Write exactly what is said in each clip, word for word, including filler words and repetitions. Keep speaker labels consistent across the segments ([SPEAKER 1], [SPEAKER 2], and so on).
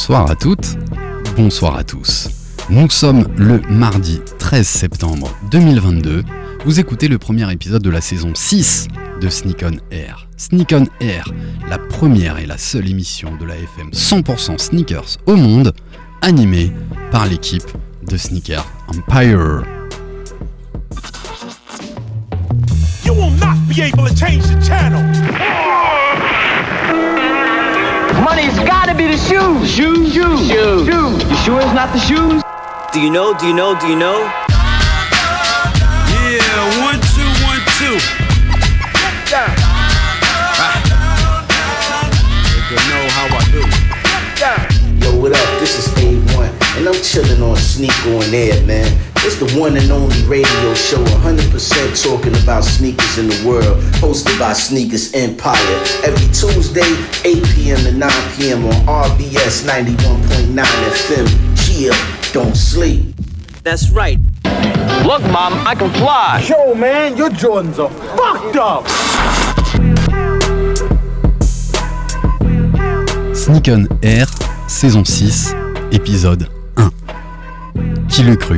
[SPEAKER 1] Bonsoir à toutes, bonsoir à tous. Nous sommes le mardi treize septembre deux mille vingt-deux. Vous écoutez le premier épisode de la saison six de Sneak on Air. Sneak on Air, la première et la seule émission de la F M cent pour cent sneakers au monde, animée par l'équipe de Sneaker Empire.
[SPEAKER 2] You will not be able to change the channel.
[SPEAKER 3] Money's gotta be the shoes. Shoes, shoes, shoes. Shoes. You sure it's not the shoes?
[SPEAKER 4] Do you know? Do you know? Do you know?
[SPEAKER 2] Yeah, one, two, one, two.
[SPEAKER 3] Yeah.
[SPEAKER 2] You know how I do.
[SPEAKER 3] Yeah.
[SPEAKER 5] Yo, what up? This is A one, and I'm chillin' on Sneak on Air, man. It's the one and only radio show, one hundred percent talking about sneakers in the world, hosted by Sneakers Empire. Every Tuesday, eight p.m. to nine p.m. on R B S ninety-one point nine F M. Chill, don't sleep.
[SPEAKER 4] That's right.
[SPEAKER 3] Look, Mom, I can fly.
[SPEAKER 2] Yo, man, your Jordans are fucked up.
[SPEAKER 1] Sneak on Air, saison six, épisode un. Qui l'eût cru ?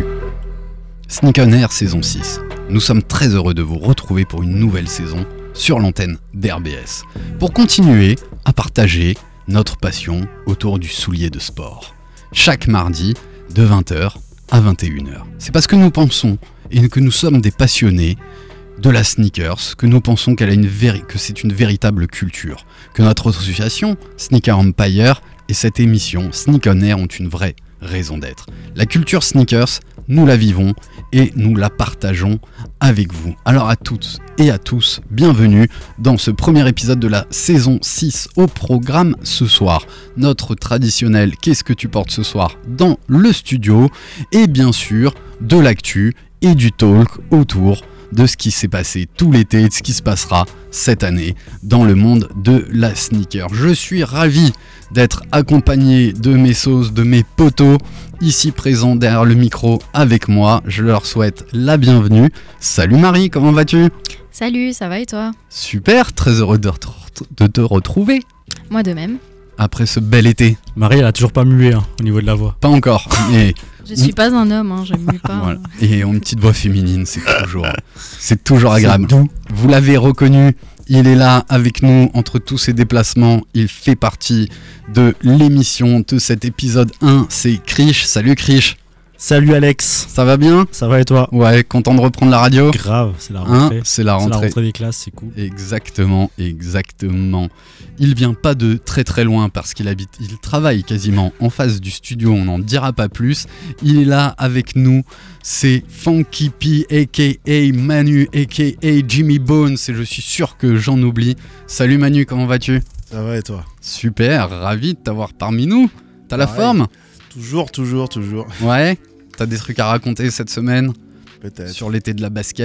[SPEAKER 1] Sneak on Air, saison six. Nous sommes très heureux de vous retrouver pour une nouvelle saison sur l'antenne d'R B S, pour continuer à partager notre passion autour du soulier de sport. Chaque mardi, de vingt heures à vingt et une heures. C'est parce que nous pensons et que nous sommes des passionnés de la sneakers, que nous pensons qu'elle a une véri- que c'est une véritable culture, que notre association Sneaker Empire et cette émission Sneak on Air ont une vraie raison d'être. La culture sneakers, nous la vivons et nous la partageons avec vous. Alors à toutes et à tous, bienvenue dans ce premier épisode de la saison six. Au programme ce soir, notre traditionnel Qu'est-ce que tu portes ce soir dans le studio, et bien sûr de l'actu et du talk autour de ce qui s'est passé tout l'été et de ce qui se passera cette année dans le monde de la sneaker. Je suis ravi d'être accompagné de mes sauces, de mes potos, ici présents derrière le micro avec moi. Je leur souhaite la bienvenue. Salut Marie, comment vas-tu ?
[SPEAKER 6] Salut, ça va et toi ?
[SPEAKER 1] Super, très heureux de, re- de te retrouver
[SPEAKER 6] Moi de même.
[SPEAKER 1] après ce bel été.
[SPEAKER 7] Marie, elle a toujours pas mué hein, au niveau de la voix.
[SPEAKER 1] Pas encore, mais
[SPEAKER 6] Je suis pas un homme, hein, je mue pas.
[SPEAKER 1] voilà. Et une petite voix féminine, c'est toujours, c'est toujours
[SPEAKER 7] C'est
[SPEAKER 1] agréable.
[SPEAKER 7] doux.
[SPEAKER 1] Vous l'avez reconnu, il est là avec nous entre tous ses déplacements. Il fait partie de l'émission de cet épisode un. C'est Krish. Salut Krish.
[SPEAKER 7] Salut Alex,
[SPEAKER 1] Ça va bien ?
[SPEAKER 7] ça va et toi ?
[SPEAKER 1] Ouais, content de reprendre la radio.
[SPEAKER 7] Grave, c'est la
[SPEAKER 1] Hein,
[SPEAKER 7] rentrée.
[SPEAKER 1] c'est la
[SPEAKER 7] c'est la
[SPEAKER 1] rentrée.
[SPEAKER 7] rentrée des classes, c'est cool.
[SPEAKER 1] Exactement, exactement. Il vient pas de très très loin parce qu'il habite, il travaille quasiment en face du studio, on n'en dira pas plus. Il est là avec nous, c'est Funky P aka Manu aka Jimmy Bones, et je suis sûr que j'en oublie. Salut Manu, comment vas-tu ?
[SPEAKER 8] Ça va et toi ?
[SPEAKER 1] Super, ravi de t'avoir parmi nous. T'as la
[SPEAKER 8] Pareil.
[SPEAKER 1] forme ?
[SPEAKER 8] Toujours, toujours, toujours.
[SPEAKER 1] Ouais. T'as des trucs à raconter cette semaine
[SPEAKER 8] Peut-être.
[SPEAKER 1] sur l'été de la basket ?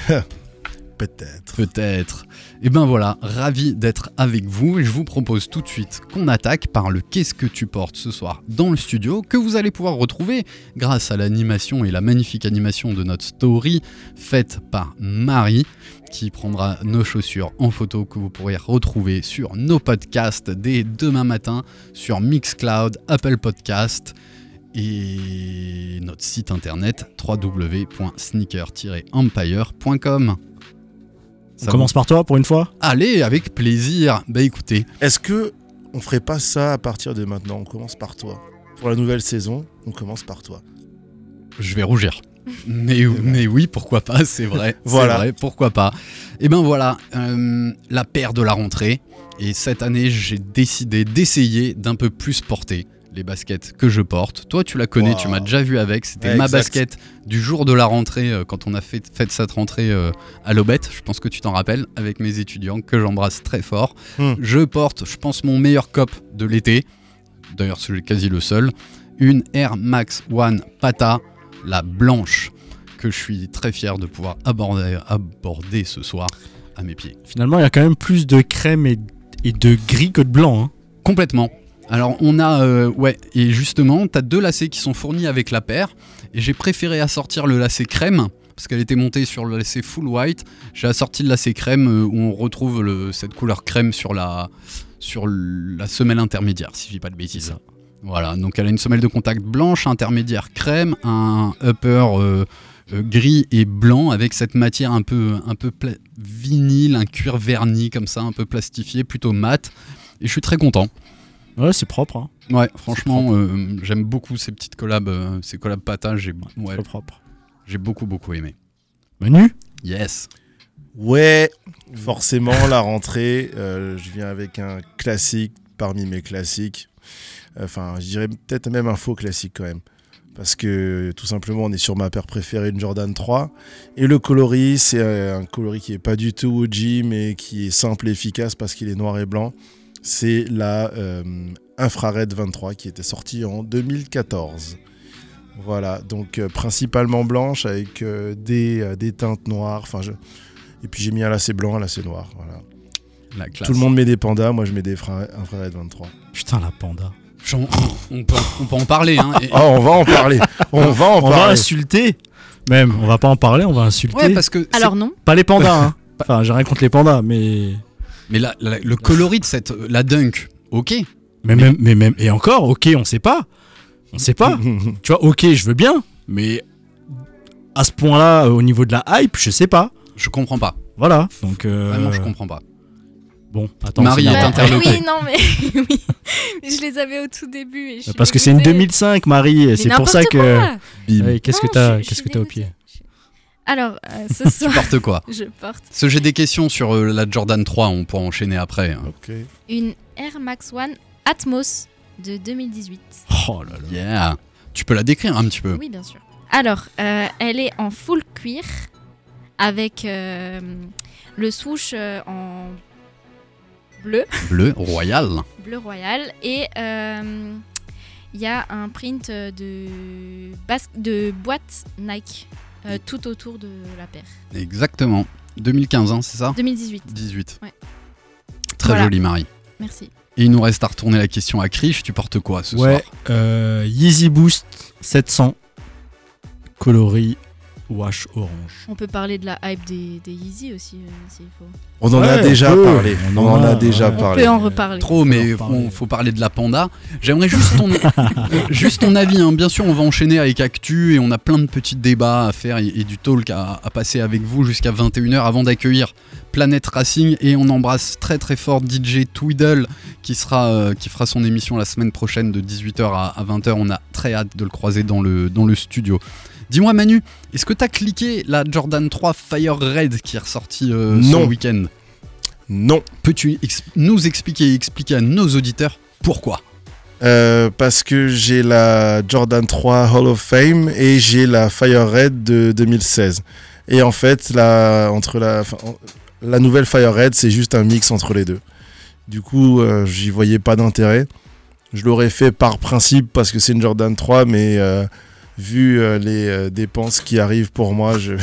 [SPEAKER 8] Peut-être.
[SPEAKER 1] Peut-être. Et ben voilà, ravi d'être avec vous et je vous propose tout de suite qu'on attaque par le Qu'est-ce que tu portes ce soir dans le studio, que vous allez pouvoir retrouver grâce à l'animation et la magnifique animation de notre story faite par Marie, qui prendra nos chaussures en photo que vous pourrez retrouver sur nos podcasts dès demain matin sur Mixcloud, Apple Podcast et notre site internet w w w point sneaker tiret empire point com.
[SPEAKER 7] On commence par toi pour une fois ?
[SPEAKER 1] Allez, avec plaisir. Bah écoutez,
[SPEAKER 8] Est-ce que on ferait pas ça à partir de maintenant ? On commence par toi. Pour la nouvelle saison, on commence par toi.
[SPEAKER 1] je vais rougir. Mais, mais oui, pourquoi pas, c'est vrai.
[SPEAKER 8] Voilà.
[SPEAKER 1] C'est vrai, pourquoi pas. Et ben voilà, euh, la paire de la rentrée. Et cette année, j'ai décidé d'essayer d'un peu plus porter les baskets que je porte. Toi, tu la connais,
[SPEAKER 8] Wow.
[SPEAKER 1] tu m'as déjà vu avec. C'était
[SPEAKER 8] Ouais,
[SPEAKER 1] ma
[SPEAKER 8] exact.
[SPEAKER 1] basket du jour de la rentrée, euh, quand on a fait, fait cette rentrée euh, à l'Aubette. Je pense que tu t'en rappelles, avec mes étudiants, que j'embrasse très fort.
[SPEAKER 8] Hmm.
[SPEAKER 1] Je porte, je pense, mon meilleur cop de l'été. D'ailleurs, c'est quasi le seul. Une Air Max One Pata, la blanche, que je suis très fier de pouvoir aborder, aborder ce soir à mes pieds.
[SPEAKER 7] Finalement, il y a quand même plus de crème et, et de gris que de blanc. Hein.
[SPEAKER 1] Complètement. Alors on a, euh, ouais, et justement, t'as deux lacets qui sont fournis avec la paire, et j'ai préféré assortir le lacet crème, parce qu'elle était montée sur le lacet full white. J'ai assorti le lacet crème euh, où on retrouve le, cette couleur crème sur la, sur la semelle intermédiaire, si je dis pas de bêtises. Voilà, donc elle a une semelle de contact blanche, intermédiaire crème, un upper euh, euh, gris et blanc avec cette matière un peu, un peu pla- vinyle, un cuir verni comme ça, un peu plastifié, plutôt mat. Et je suis très content.
[SPEAKER 7] Ouais, c'est propre. Hein.
[SPEAKER 1] Ouais, franchement, euh, j'aime beaucoup ces petites collabs, euh, ces collabs patages. J'ai, ouais,
[SPEAKER 7] Très propre.
[SPEAKER 1] j'ai beaucoup, beaucoup aimé.
[SPEAKER 7] Manu ?
[SPEAKER 1] Yes.
[SPEAKER 8] Ouais, forcément, la rentrée, euh, je viens avec un classique parmi mes classiques. Enfin, je dirais peut-être même un faux classique quand même. Parce que tout simplement, on est sur ma paire préférée, une Jordan trois. Et le coloris, c'est un coloris qui n'est pas du tout O G, mais qui est simple et efficace parce qu'il est noir et blanc. C'est la euh, Infrared vingt-trois qui était sortie en deux mille quatorze. Voilà, donc euh, principalement blanche avec euh, des, euh, des teintes noires. Enfin, je... Et puis j'ai mis un lacet blanc, un lacet noir. Voilà.
[SPEAKER 1] La classe.
[SPEAKER 8] Tout le monde met des pandas, moi je mets des fra- Infrared vingt-trois.
[SPEAKER 7] Putain, la panda.
[SPEAKER 1] J'en- on, peut, on peut en parler. Hein, et-
[SPEAKER 8] Oh, on va en parler. On va en
[SPEAKER 7] On va
[SPEAKER 8] parler.
[SPEAKER 7] insulter. Même, on va pas en parler, on va insulter.
[SPEAKER 1] Ouais, parce que c'est-
[SPEAKER 6] Alors non.
[SPEAKER 7] Pas les pandas, hein. Enfin, j'ai rien contre les pandas, mais.
[SPEAKER 1] mais la- la- le coloris de cette, la Dunk, ok.
[SPEAKER 7] Mais même, mais même. Et encore, ok, on sait pas. On sait pas. Tu vois, ok, je veux bien, mais à ce point-là, au niveau de la hype, je sais pas.
[SPEAKER 1] Je comprends pas.
[SPEAKER 7] Voilà. Donc. Euh...
[SPEAKER 1] Vraiment, je comprends pas.
[SPEAKER 7] Bon, attends.
[SPEAKER 1] Marie
[SPEAKER 7] c'est
[SPEAKER 1] est
[SPEAKER 7] bien.
[SPEAKER 6] Bah,
[SPEAKER 1] interloquée.
[SPEAKER 6] oui, non, mais oui. Je les avais au tout début. Et je suis
[SPEAKER 7] Parce que c'est une
[SPEAKER 6] dégoûtée.
[SPEAKER 7] deux mille cinq, Marie.
[SPEAKER 6] Mais
[SPEAKER 7] C'est pour ça
[SPEAKER 6] n'importe
[SPEAKER 7] que.
[SPEAKER 6] quoi.
[SPEAKER 8] Bim.
[SPEAKER 7] Ouais, qu'est-ce que
[SPEAKER 6] Non,
[SPEAKER 7] t'as,
[SPEAKER 6] je- je
[SPEAKER 7] qu'est-ce
[SPEAKER 6] suis
[SPEAKER 7] que t'as au
[SPEAKER 6] dégoûtée.
[SPEAKER 7] pied?
[SPEAKER 6] Alors, euh, ce
[SPEAKER 1] Tu
[SPEAKER 6] soir,
[SPEAKER 1] portes quoi?
[SPEAKER 6] je porte
[SPEAKER 1] Parce que j'ai des questions sur euh, la Jordan trois, on pourra enchaîner après. hein.
[SPEAKER 8] Ok.
[SPEAKER 6] une Air Max One Atmos de deux mille dix-huit.
[SPEAKER 7] Oh là là.
[SPEAKER 1] Yeah. Tu peux la décrire un petit peu?
[SPEAKER 6] Oui, bien sûr. Alors, euh, elle est en full cuir avec euh, le swoosh euh, en bleu,
[SPEAKER 1] Bleu, royal.
[SPEAKER 6] bleu royal, et euh, il y a un print de, bas- de boîte Nike euh, tout autour de la paire.
[SPEAKER 1] Exactement. deux mille quinze, hein, c'est ça?
[SPEAKER 6] deux mille dix-huit.
[SPEAKER 1] dix-huit.
[SPEAKER 6] Ouais.
[SPEAKER 1] Très
[SPEAKER 6] Voilà.
[SPEAKER 1] jolie, Marie.
[SPEAKER 6] Merci.
[SPEAKER 1] Et il nous reste à retourner la question à Krish. Tu portes quoi ce
[SPEAKER 7] Ouais,
[SPEAKER 1] soir?
[SPEAKER 7] euh, Yeezy Boost sept cents, coloris wash orange.
[SPEAKER 6] On peut parler de la hype des, des Yeezy aussi, euh, s'il faut.
[SPEAKER 8] On en
[SPEAKER 7] Ouais,
[SPEAKER 8] a déjà
[SPEAKER 7] on peut.
[SPEAKER 8] parlé.
[SPEAKER 7] On
[SPEAKER 8] On,
[SPEAKER 7] en
[SPEAKER 8] en
[SPEAKER 7] a,
[SPEAKER 8] a déjà
[SPEAKER 7] ouais.
[SPEAKER 6] On
[SPEAKER 8] parlé.
[SPEAKER 6] peut en reparler.
[SPEAKER 1] Trop, mais
[SPEAKER 7] en parler.
[SPEAKER 1] il faut parler de la panda. J'aimerais juste ton, euh, juste ton avis. Hein. Bien sûr, on va enchaîner avec Actu et on a plein de petits débats à faire et, et du talk à, à passer avec vous jusqu'à vingt et une heures avant d'accueillir Planète Racing. Et on embrasse très très fort D J Tweedle qui, sera, euh, qui fera son émission la semaine prochaine de dix-huit heures à, à vingt heures. On a très hâte de le croiser dans le, dans le studio. Dis-moi Manu, est-ce que t'as cliqué la Jordan trois Fire Red qui est ressortie euh,
[SPEAKER 8] Non.
[SPEAKER 1] ce week-end?
[SPEAKER 8] Non.
[SPEAKER 1] Peux-tu ex- nous expliquer et expliquer à nos auditeurs pourquoi?
[SPEAKER 8] Euh, parce que j'ai la Jordan trois Hall of Fame et j'ai la Fire Red de deux mille seize. Et en fait, la, entre la, enfin, la nouvelle Fire Red, c'est juste un mix entre les deux. Du coup, euh, j'y voyais pas d'intérêt. Je l'aurais fait par principe parce que c'est une Jordan trois, mais euh, vu euh, les euh, dépenses qui arrivent pour moi, je,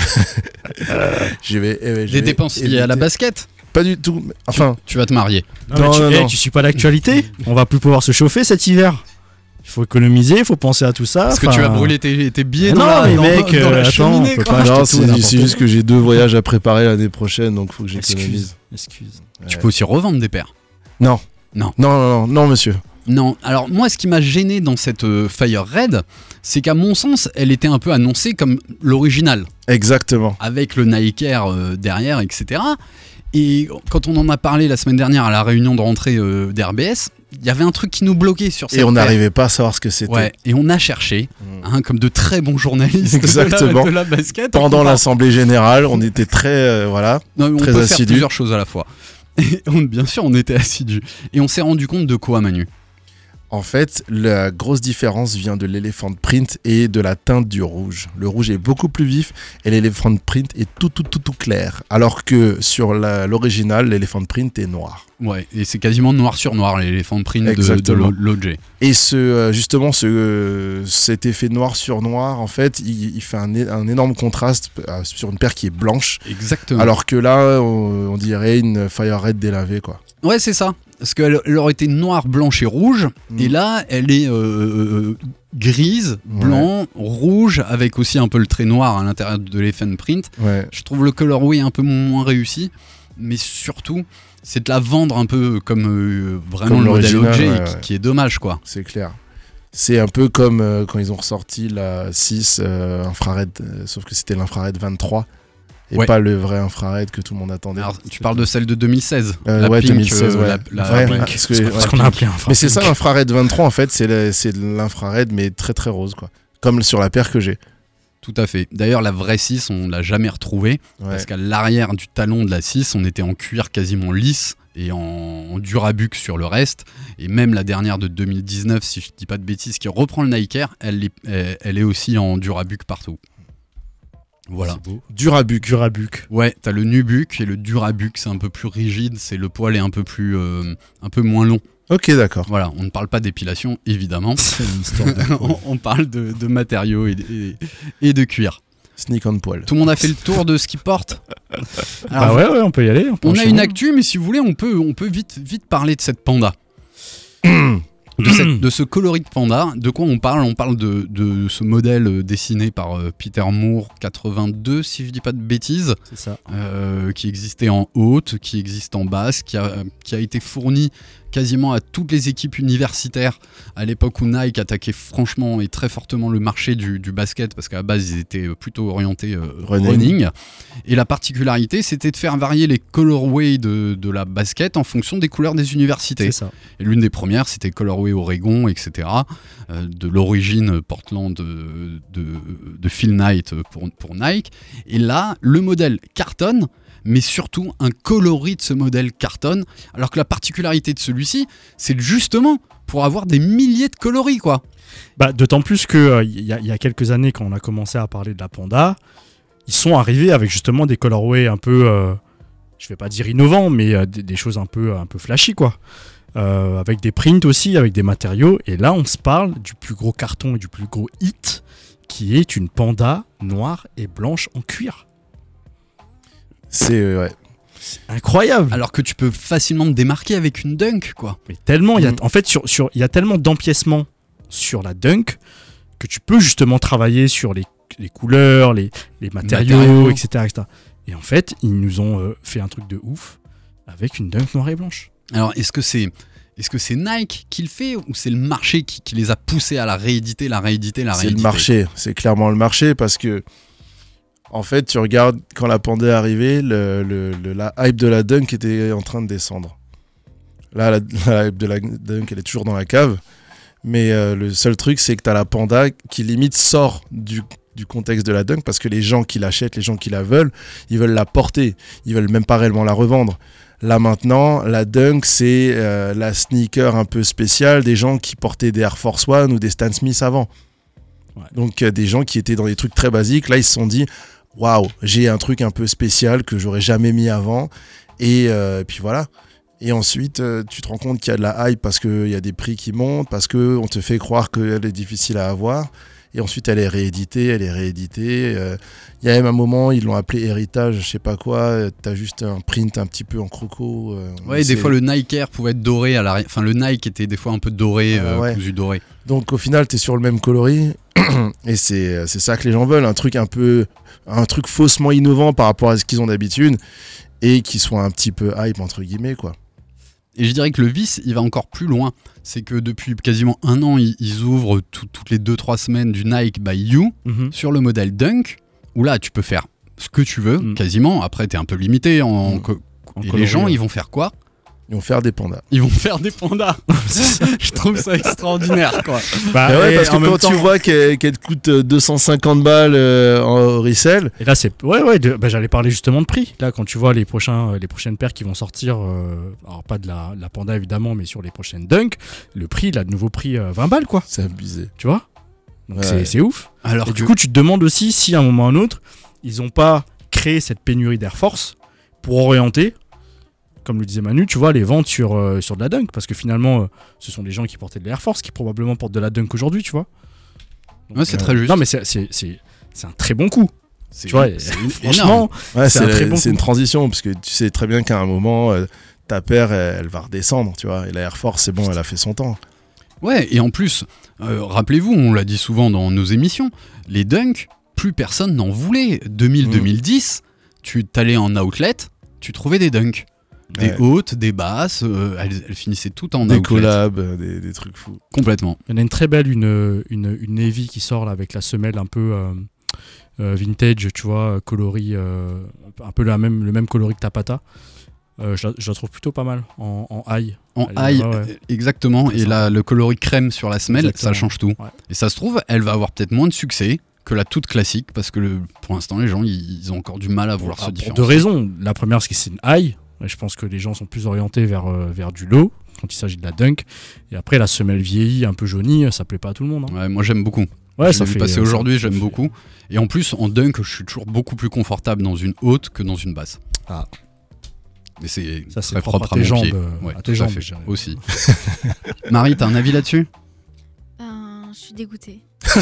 [SPEAKER 8] je vais. eh, je
[SPEAKER 1] Les
[SPEAKER 8] vais
[SPEAKER 1] dépenses liées à la
[SPEAKER 8] éviter.
[SPEAKER 1] basket?
[SPEAKER 8] Pas du tout. Enfin,
[SPEAKER 1] Tu vas te marier.
[SPEAKER 7] Non,
[SPEAKER 8] Non,
[SPEAKER 7] mais tu,
[SPEAKER 8] non,
[SPEAKER 7] eh,
[SPEAKER 8] non.
[SPEAKER 7] tu suis pas l'actualité. On va plus pouvoir se chauffer cet hiver. Il faut économiser, il faut penser à tout ça.
[SPEAKER 1] Parce que
[SPEAKER 7] enfin-
[SPEAKER 1] tu vas brûler tes, tes billets
[SPEAKER 7] Mais
[SPEAKER 1] dans,
[SPEAKER 7] non,
[SPEAKER 1] la,
[SPEAKER 7] mais
[SPEAKER 1] dans,
[SPEAKER 7] mec,
[SPEAKER 1] dans
[SPEAKER 7] euh,
[SPEAKER 1] la
[SPEAKER 7] attends,
[SPEAKER 1] cheminée.
[SPEAKER 7] on peut
[SPEAKER 1] quoi.
[SPEAKER 7] pas acheter
[SPEAKER 8] non,
[SPEAKER 7] tout,
[SPEAKER 8] c'est
[SPEAKER 7] n'importe
[SPEAKER 8] c'est
[SPEAKER 7] où.
[SPEAKER 8] juste que j'ai deux voyages à préparer l'année prochaine, donc faut que j'économise.
[SPEAKER 7] Excuse, excuse.
[SPEAKER 1] Tu peux aussi revendre des paires.
[SPEAKER 8] Non.
[SPEAKER 1] Non.
[SPEAKER 8] Non, non, non, non, monsieur.
[SPEAKER 1] Non, alors moi ce qui m'a gêné dans cette euh, Fire Red, c'est qu'à mon sens, elle était un peu annoncée comme l'original,
[SPEAKER 8] Exactement.
[SPEAKER 1] avec le Nike Air euh, derrière, et cetera. Et quand on en a parlé la semaine dernière à la réunion de rentrée euh, d'R B S, il y avait un truc qui nous bloquait sur cette
[SPEAKER 8] Et on
[SPEAKER 1] paire.
[SPEAKER 8] n'arrivait pas à savoir ce que c'était.
[SPEAKER 1] Ouais, et on a cherché,
[SPEAKER 8] Mm.
[SPEAKER 1] hein, comme de très bons journalistes
[SPEAKER 8] Exactement.
[SPEAKER 1] de la, de la basket.
[SPEAKER 8] Pendant
[SPEAKER 1] on,
[SPEAKER 8] l'assemblée générale, on était très, euh, voilà.
[SPEAKER 1] non, mais on
[SPEAKER 8] très
[SPEAKER 1] peut faire
[SPEAKER 8] assidus.
[SPEAKER 1] plusieurs choses à la fois. Et on, bien sûr, on était assidus. Et on s'est rendu compte de quoi, Manu?
[SPEAKER 8] En fait, la grosse différence vient de l'éléphant print et de la teinte du rouge. Le rouge est beaucoup plus vif et l'éléphant print est tout, tout, tout, tout clair. Alors que sur la- l'original, l'éléphant print est noir.
[SPEAKER 1] Ouais, et c'est quasiment noir sur noir, l'éléphant print de, de
[SPEAKER 8] Exactement.
[SPEAKER 1] l'O J.
[SPEAKER 8] Et ce, euh, justement, ce, euh, cet effet noir sur noir, en fait, il, il fait un, é- un énorme contraste euh, sur une paire qui est blanche.
[SPEAKER 1] Exactement.
[SPEAKER 8] Alors que là, on, on dirait une Fire Red délavée, quoi.
[SPEAKER 1] Ouais, c'est ça. Parce qu'elle elle aurait été noire, blanche et rouge.
[SPEAKER 8] Mm.
[SPEAKER 1] Et là, elle est euh, euh, grise, blanc, rouge, avec aussi un peu le trait noir à l'intérieur de l'éléphant print.
[SPEAKER 8] Ouais.
[SPEAKER 1] Je trouve le colorway un peu moins réussi. Mais surtout, c'est de la vendre un peu comme euh, vraiment
[SPEAKER 8] Comme
[SPEAKER 1] le modèle
[SPEAKER 8] l'original,
[SPEAKER 1] O J,
[SPEAKER 8] ouais,
[SPEAKER 1] qui,
[SPEAKER 8] ouais.
[SPEAKER 1] qui est dommage, quoi.
[SPEAKER 8] C'est clair. C'est un peu comme euh, quand ils ont ressorti la six euh, infrared, euh, sauf que c'était l'infrared vingt-trois et
[SPEAKER 1] Ouais.
[SPEAKER 8] pas le vrai infrared que tout le monde attendait.
[SPEAKER 1] Alors, tu parles de celle de deux mille seize.
[SPEAKER 8] Euh,
[SPEAKER 1] la
[SPEAKER 8] ouais,
[SPEAKER 1] Pink,
[SPEAKER 8] deux mille seize,
[SPEAKER 1] euh,
[SPEAKER 8] ouais.
[SPEAKER 1] la- la-
[SPEAKER 8] Ouais,
[SPEAKER 1] Pink.
[SPEAKER 8] parce que-
[SPEAKER 7] Ce
[SPEAKER 8] ouais,
[SPEAKER 7] qu'on a appelé un
[SPEAKER 8] Mais c'est ça l'infrared vingt-trois en fait, c'est le- c'est de l'infrared mais très très rose quoi. Comme sur la paire que j'ai.
[SPEAKER 1] Tout à fait. D'ailleurs, la vraie six, on l'a jamais retrouvée.
[SPEAKER 8] Ouais.
[SPEAKER 1] Parce qu'à l'arrière du talon de la six, on était en cuir quasiment lisse et en, en durabuc sur le reste. Et même la dernière de deux mille dix-neuf, si je dis pas de bêtises, qui reprend le Nike Air, elle est, elle, elle est aussi en durabuc partout. Voilà.
[SPEAKER 7] C'est beau.
[SPEAKER 8] Durabuc.
[SPEAKER 7] Durabuc.
[SPEAKER 1] Ouais, t'as le nubuc et le durabuc, c'est un peu plus rigide, c'est le poil est un peu plus, euh, un peu moins long.
[SPEAKER 8] Ok, d'accord.
[SPEAKER 1] Voilà, on ne parle pas d'épilation, évidemment.
[SPEAKER 7] C'est une histoire de...
[SPEAKER 1] on, on parle de, de matériaux et, et, et de cuir.
[SPEAKER 8] Sneak on poil.
[SPEAKER 1] Tout le monde a fait le tour de ce qu'ils portent.
[SPEAKER 7] Ah ouais, ouais, on peut y aller. peut
[SPEAKER 1] On a
[SPEAKER 7] enchaîner.
[SPEAKER 1] une actu, mais si vous voulez, on peut, on peut vite, vite parler de cette panda. De, cette- de ce coloris de panda. De quoi on parle? On parle de, de ce modèle euh, dessiné par euh, Peter Moore quatre-vingt-deux, si je dis pas de bêtises,
[SPEAKER 7] C'est ça.
[SPEAKER 1] euh, qui existait en haute, qui existe en basse, qui a, qui a été fourni quasiment à toutes les équipes universitaires à l'époque où Nike attaquait franchement et très fortement le marché du, du basket, parce qu'à la base ils étaient plutôt orientés euh,
[SPEAKER 8] Running.
[SPEAKER 1] running. Et la particularité, c'était de faire varier les colorways de, de la basket en fonction des couleurs des universités.
[SPEAKER 7] C'est ça.
[SPEAKER 1] Et l'une des premières, c'était Colorway Oregon, et cetera. euh, de l'origine Portland de, de, de Phil Knight pour, pour Nike. Et là, le modèle cartonne, mais surtout un coloris de ce modèle cartonne. Alors que la particularité de celui-ci, c'est justement pour avoir des milliers de coloris, quoi.
[SPEAKER 7] Bah, d'autant plus qu'il euh, y, a- y a quelques années, quand on a commencé à parler de la Panda, ils sont arrivés avec justement des colorways un peu, euh, je vais pas dire innovants, mais euh, des, des choses un peu, un peu flashy, quoi. Euh, avec des prints aussi, avec des matériaux. Et là, on se parle du plus gros carton et du plus gros hit, qui est une Panda noire et blanche en cuir.
[SPEAKER 8] C'est euh, ouais.
[SPEAKER 7] Incroyable.
[SPEAKER 1] Alors que tu peux facilement te démarquer avec une dunk, quoi.
[SPEAKER 7] Mais tellement, il y a,
[SPEAKER 8] Mm.
[SPEAKER 7] en fait, sur, sur, il y a tellement d'empiècements sur la dunk que tu peux justement travailler sur les, les couleurs, les, les matériaux,
[SPEAKER 1] Matériaux.
[SPEAKER 7] et cetera, et cetera. Et en fait, ils nous ont euh, fait un truc de ouf avec une dunk noire et blanche.
[SPEAKER 1] Alors, est-ce que c'est est-ce que c'est Nike qui le fait ou c'est le marché qui, qui les a poussés à la rééditer, la rééditer, la
[SPEAKER 8] C'est
[SPEAKER 1] rééditer?
[SPEAKER 8] le marché, c'est clairement le marché parce que en fait, tu regardes quand la Panda est arrivée, le, le- le- la hype de la dunk était en train de descendre. Là, la, la hype de la dunk, elle est toujours dans la cave. Mais euh, le seul truc, c'est que tu as la Panda qui limite sort du, du contexte de la dunk parce que les gens qui l'achètent, les gens qui la veulent, ils veulent la porter. Ils veulent même pas réellement la revendre. Là maintenant, la dunk, c'est euh, la sneaker un peu spéciale des gens qui portaient des Air Force One ou des Stan Smith avant.
[SPEAKER 7] Ouais.
[SPEAKER 8] Donc euh, des gens qui étaient dans des trucs très basiques, là ils se sont dit waouh, j'ai un truc un peu spécial que j'aurais jamais mis avant. Et euh, puis voilà. Et ensuite, euh, tu te rends compte qu'il y a de la hype parce qu'il y a des prix qui montent, parce qu'on te fait croire qu'elle est difficile à avoir. Et ensuite, elle est rééditée, elle est rééditée. Euh, Il y a même un moment, ils l'ont appelé héritage, je sais pas quoi. euh, T'as juste un print un petit peu en croco. euh,
[SPEAKER 1] Ouais,
[SPEAKER 8] c'est-
[SPEAKER 1] des fois le Nike Air pouvait être doré à l'arrière. Enfin, le Nike était des fois un peu doré,
[SPEAKER 8] Ah,
[SPEAKER 1] euh,
[SPEAKER 8] ouais.
[SPEAKER 1] cousu doré.
[SPEAKER 8] Donc au final, t'es sur le même coloris. Et c'est c'est ça que les gens veulent. Un truc un peu. Un truc faussement innovant par rapport à ce qu'ils ont d'habitude. Et qui soit un petit peu hype, entre guillemets, quoi.
[SPEAKER 1] Et je dirais que le vice, il va encore plus loin. C'est que depuis quasiment un an, ils, ils ouvrent tout- toutes les deux trois semaines du Nike by You
[SPEAKER 7] Mhm.
[SPEAKER 1] sur le modèle Dunk, où là, tu peux faire ce que tu veux,
[SPEAKER 7] Mm.
[SPEAKER 1] quasiment. Après, t'es un peu limité. En,
[SPEAKER 8] Mm.
[SPEAKER 1] co-
[SPEAKER 7] En
[SPEAKER 1] et
[SPEAKER 7] coloris,
[SPEAKER 1] les gens,
[SPEAKER 7] ouais.
[SPEAKER 1] ils vont faire quoi?
[SPEAKER 8] Ils vont faire des pandas.
[SPEAKER 1] Ils vont faire des pandas. Je trouve ça extraordinaire, quoi.
[SPEAKER 7] Bah,
[SPEAKER 8] Mais ouais,
[SPEAKER 7] et
[SPEAKER 8] parce que
[SPEAKER 7] en même
[SPEAKER 8] quand
[SPEAKER 7] temps-
[SPEAKER 8] tu vois qu'elle qu'elle te coûte euh, deux cent cinquante balles euh, en resell,
[SPEAKER 7] Et là, c'est. Ouais, ouais, de- bah, j'allais parler justement de prix. Là, quand tu vois les, prochains, euh, les prochaines paires qui vont sortir, euh, alors pas de la, de la Panda évidemment, mais sur les prochaines Dunk, le prix, là, de nouveau prix, euh, vingt balles, quoi.
[SPEAKER 8] c'est abusé.
[SPEAKER 7] Tu vois? Donc
[SPEAKER 8] Ouais.
[SPEAKER 7] c'est- c'est ouf.
[SPEAKER 1] Alors
[SPEAKER 7] Et
[SPEAKER 1] que,
[SPEAKER 7] du coup, tu te demandes aussi si à un moment ou à un autre, ils n'ont pas créé cette pénurie d'Air Force pour orienter, comme le disait Manu, tu vois, les ventes sur, euh, sur de la Dunk. Parce que finalement, euh, ce sont des gens qui portaient de l'Air Force qui probablement portent de la Dunk aujourd'hui, tu vois. Donc,
[SPEAKER 1] Ouais, c'est très juste.
[SPEAKER 7] Non, mais c'est- c'est c'est- c'est un très bon coup.
[SPEAKER 1] c'est
[SPEAKER 7] Tu vois,
[SPEAKER 1] c'est
[SPEAKER 7] franchement,
[SPEAKER 8] Ouais,
[SPEAKER 7] C'est
[SPEAKER 8] c'est
[SPEAKER 7] un
[SPEAKER 8] la-
[SPEAKER 7] très bon
[SPEAKER 8] c'est
[SPEAKER 7] coup.
[SPEAKER 8] une transition, parce que tu sais très bien qu'à un moment, euh, ta paire, elle, elle va redescendre, tu vois. Et la Air Force, c'est bon, elle a fait son temps.
[SPEAKER 1] Ouais, et en plus, euh, rappelez-vous, on l'a dit souvent dans nos émissions, les Dunk, plus personne n'en voulait. deux mille
[SPEAKER 8] Mm.
[SPEAKER 1] deux mille dix, tu t'allais en outlet, tu trouvais des Dunk. Des
[SPEAKER 8] Ouais.
[SPEAKER 1] hautes, des basses, euh, elles, elles finissaient toutes en
[SPEAKER 8] Des
[SPEAKER 1] outlet.
[SPEAKER 8] collabs, euh, des, des trucs fous.
[SPEAKER 1] Complètement.
[SPEAKER 7] Il y en a une très belle, une, une, une Navy qui sort là, avec la semelle un peu euh, euh, vintage, tu vois, coloris, euh, un peu la même, le même coloris que ta pata. Euh, je, la, je la trouve plutôt pas mal en, en high.
[SPEAKER 1] En
[SPEAKER 7] Elle-
[SPEAKER 1] high,
[SPEAKER 7] ouais, ouais.
[SPEAKER 1] exactement.
[SPEAKER 7] C'est
[SPEAKER 1] Et
[SPEAKER 7] ça.
[SPEAKER 1] là, le coloris crème sur la semelle,
[SPEAKER 7] Exactement.
[SPEAKER 1] ça change tout.
[SPEAKER 7] Ouais.
[SPEAKER 1] Et ça se trouve, elle va avoir peut-être moins de succès que la toute classique, parce que le, pour l'instant, les gens, ils, ils ont encore du mal à vouloir
[SPEAKER 7] Ah,
[SPEAKER 1] se
[SPEAKER 7] pour
[SPEAKER 1] différencier.
[SPEAKER 7] deux raisons. La première, c'est que c'est une high. Et je pense que les gens sont plus orientés vers, euh, vers du low quand il s'agit de la dunk. Et après, la semelle vieillie, un peu jaunie, ça plaît pas à tout le monde. hein.
[SPEAKER 1] Ouais, moi, j'aime beaucoup.
[SPEAKER 7] Ouais,
[SPEAKER 1] je
[SPEAKER 7] ça
[SPEAKER 1] l'ai vu
[SPEAKER 7] fait.
[SPEAKER 1] passer
[SPEAKER 7] euh,
[SPEAKER 1] aujourd'hui,
[SPEAKER 7] ça
[SPEAKER 1] j'aime
[SPEAKER 7] fait-
[SPEAKER 1] beaucoup. Et en plus, en dunk, je suis toujours beaucoup plus confortable dans une haute que dans une basse.
[SPEAKER 7] Ah.
[SPEAKER 1] Mais c'est
[SPEAKER 7] Ça, c'est
[SPEAKER 1] très
[SPEAKER 7] propre
[SPEAKER 1] propre
[SPEAKER 7] à
[SPEAKER 1] à,
[SPEAKER 7] tes
[SPEAKER 1] mon
[SPEAKER 7] jambes,
[SPEAKER 1] pied.
[SPEAKER 7] euh,
[SPEAKER 1] Ouais,
[SPEAKER 7] à tes
[SPEAKER 1] tout
[SPEAKER 7] jambes,
[SPEAKER 1] fait,
[SPEAKER 7] je dirais.
[SPEAKER 1] aussi. Marie, t'as un avis là-dessus?
[SPEAKER 6] Ben, je suis dégoûtée.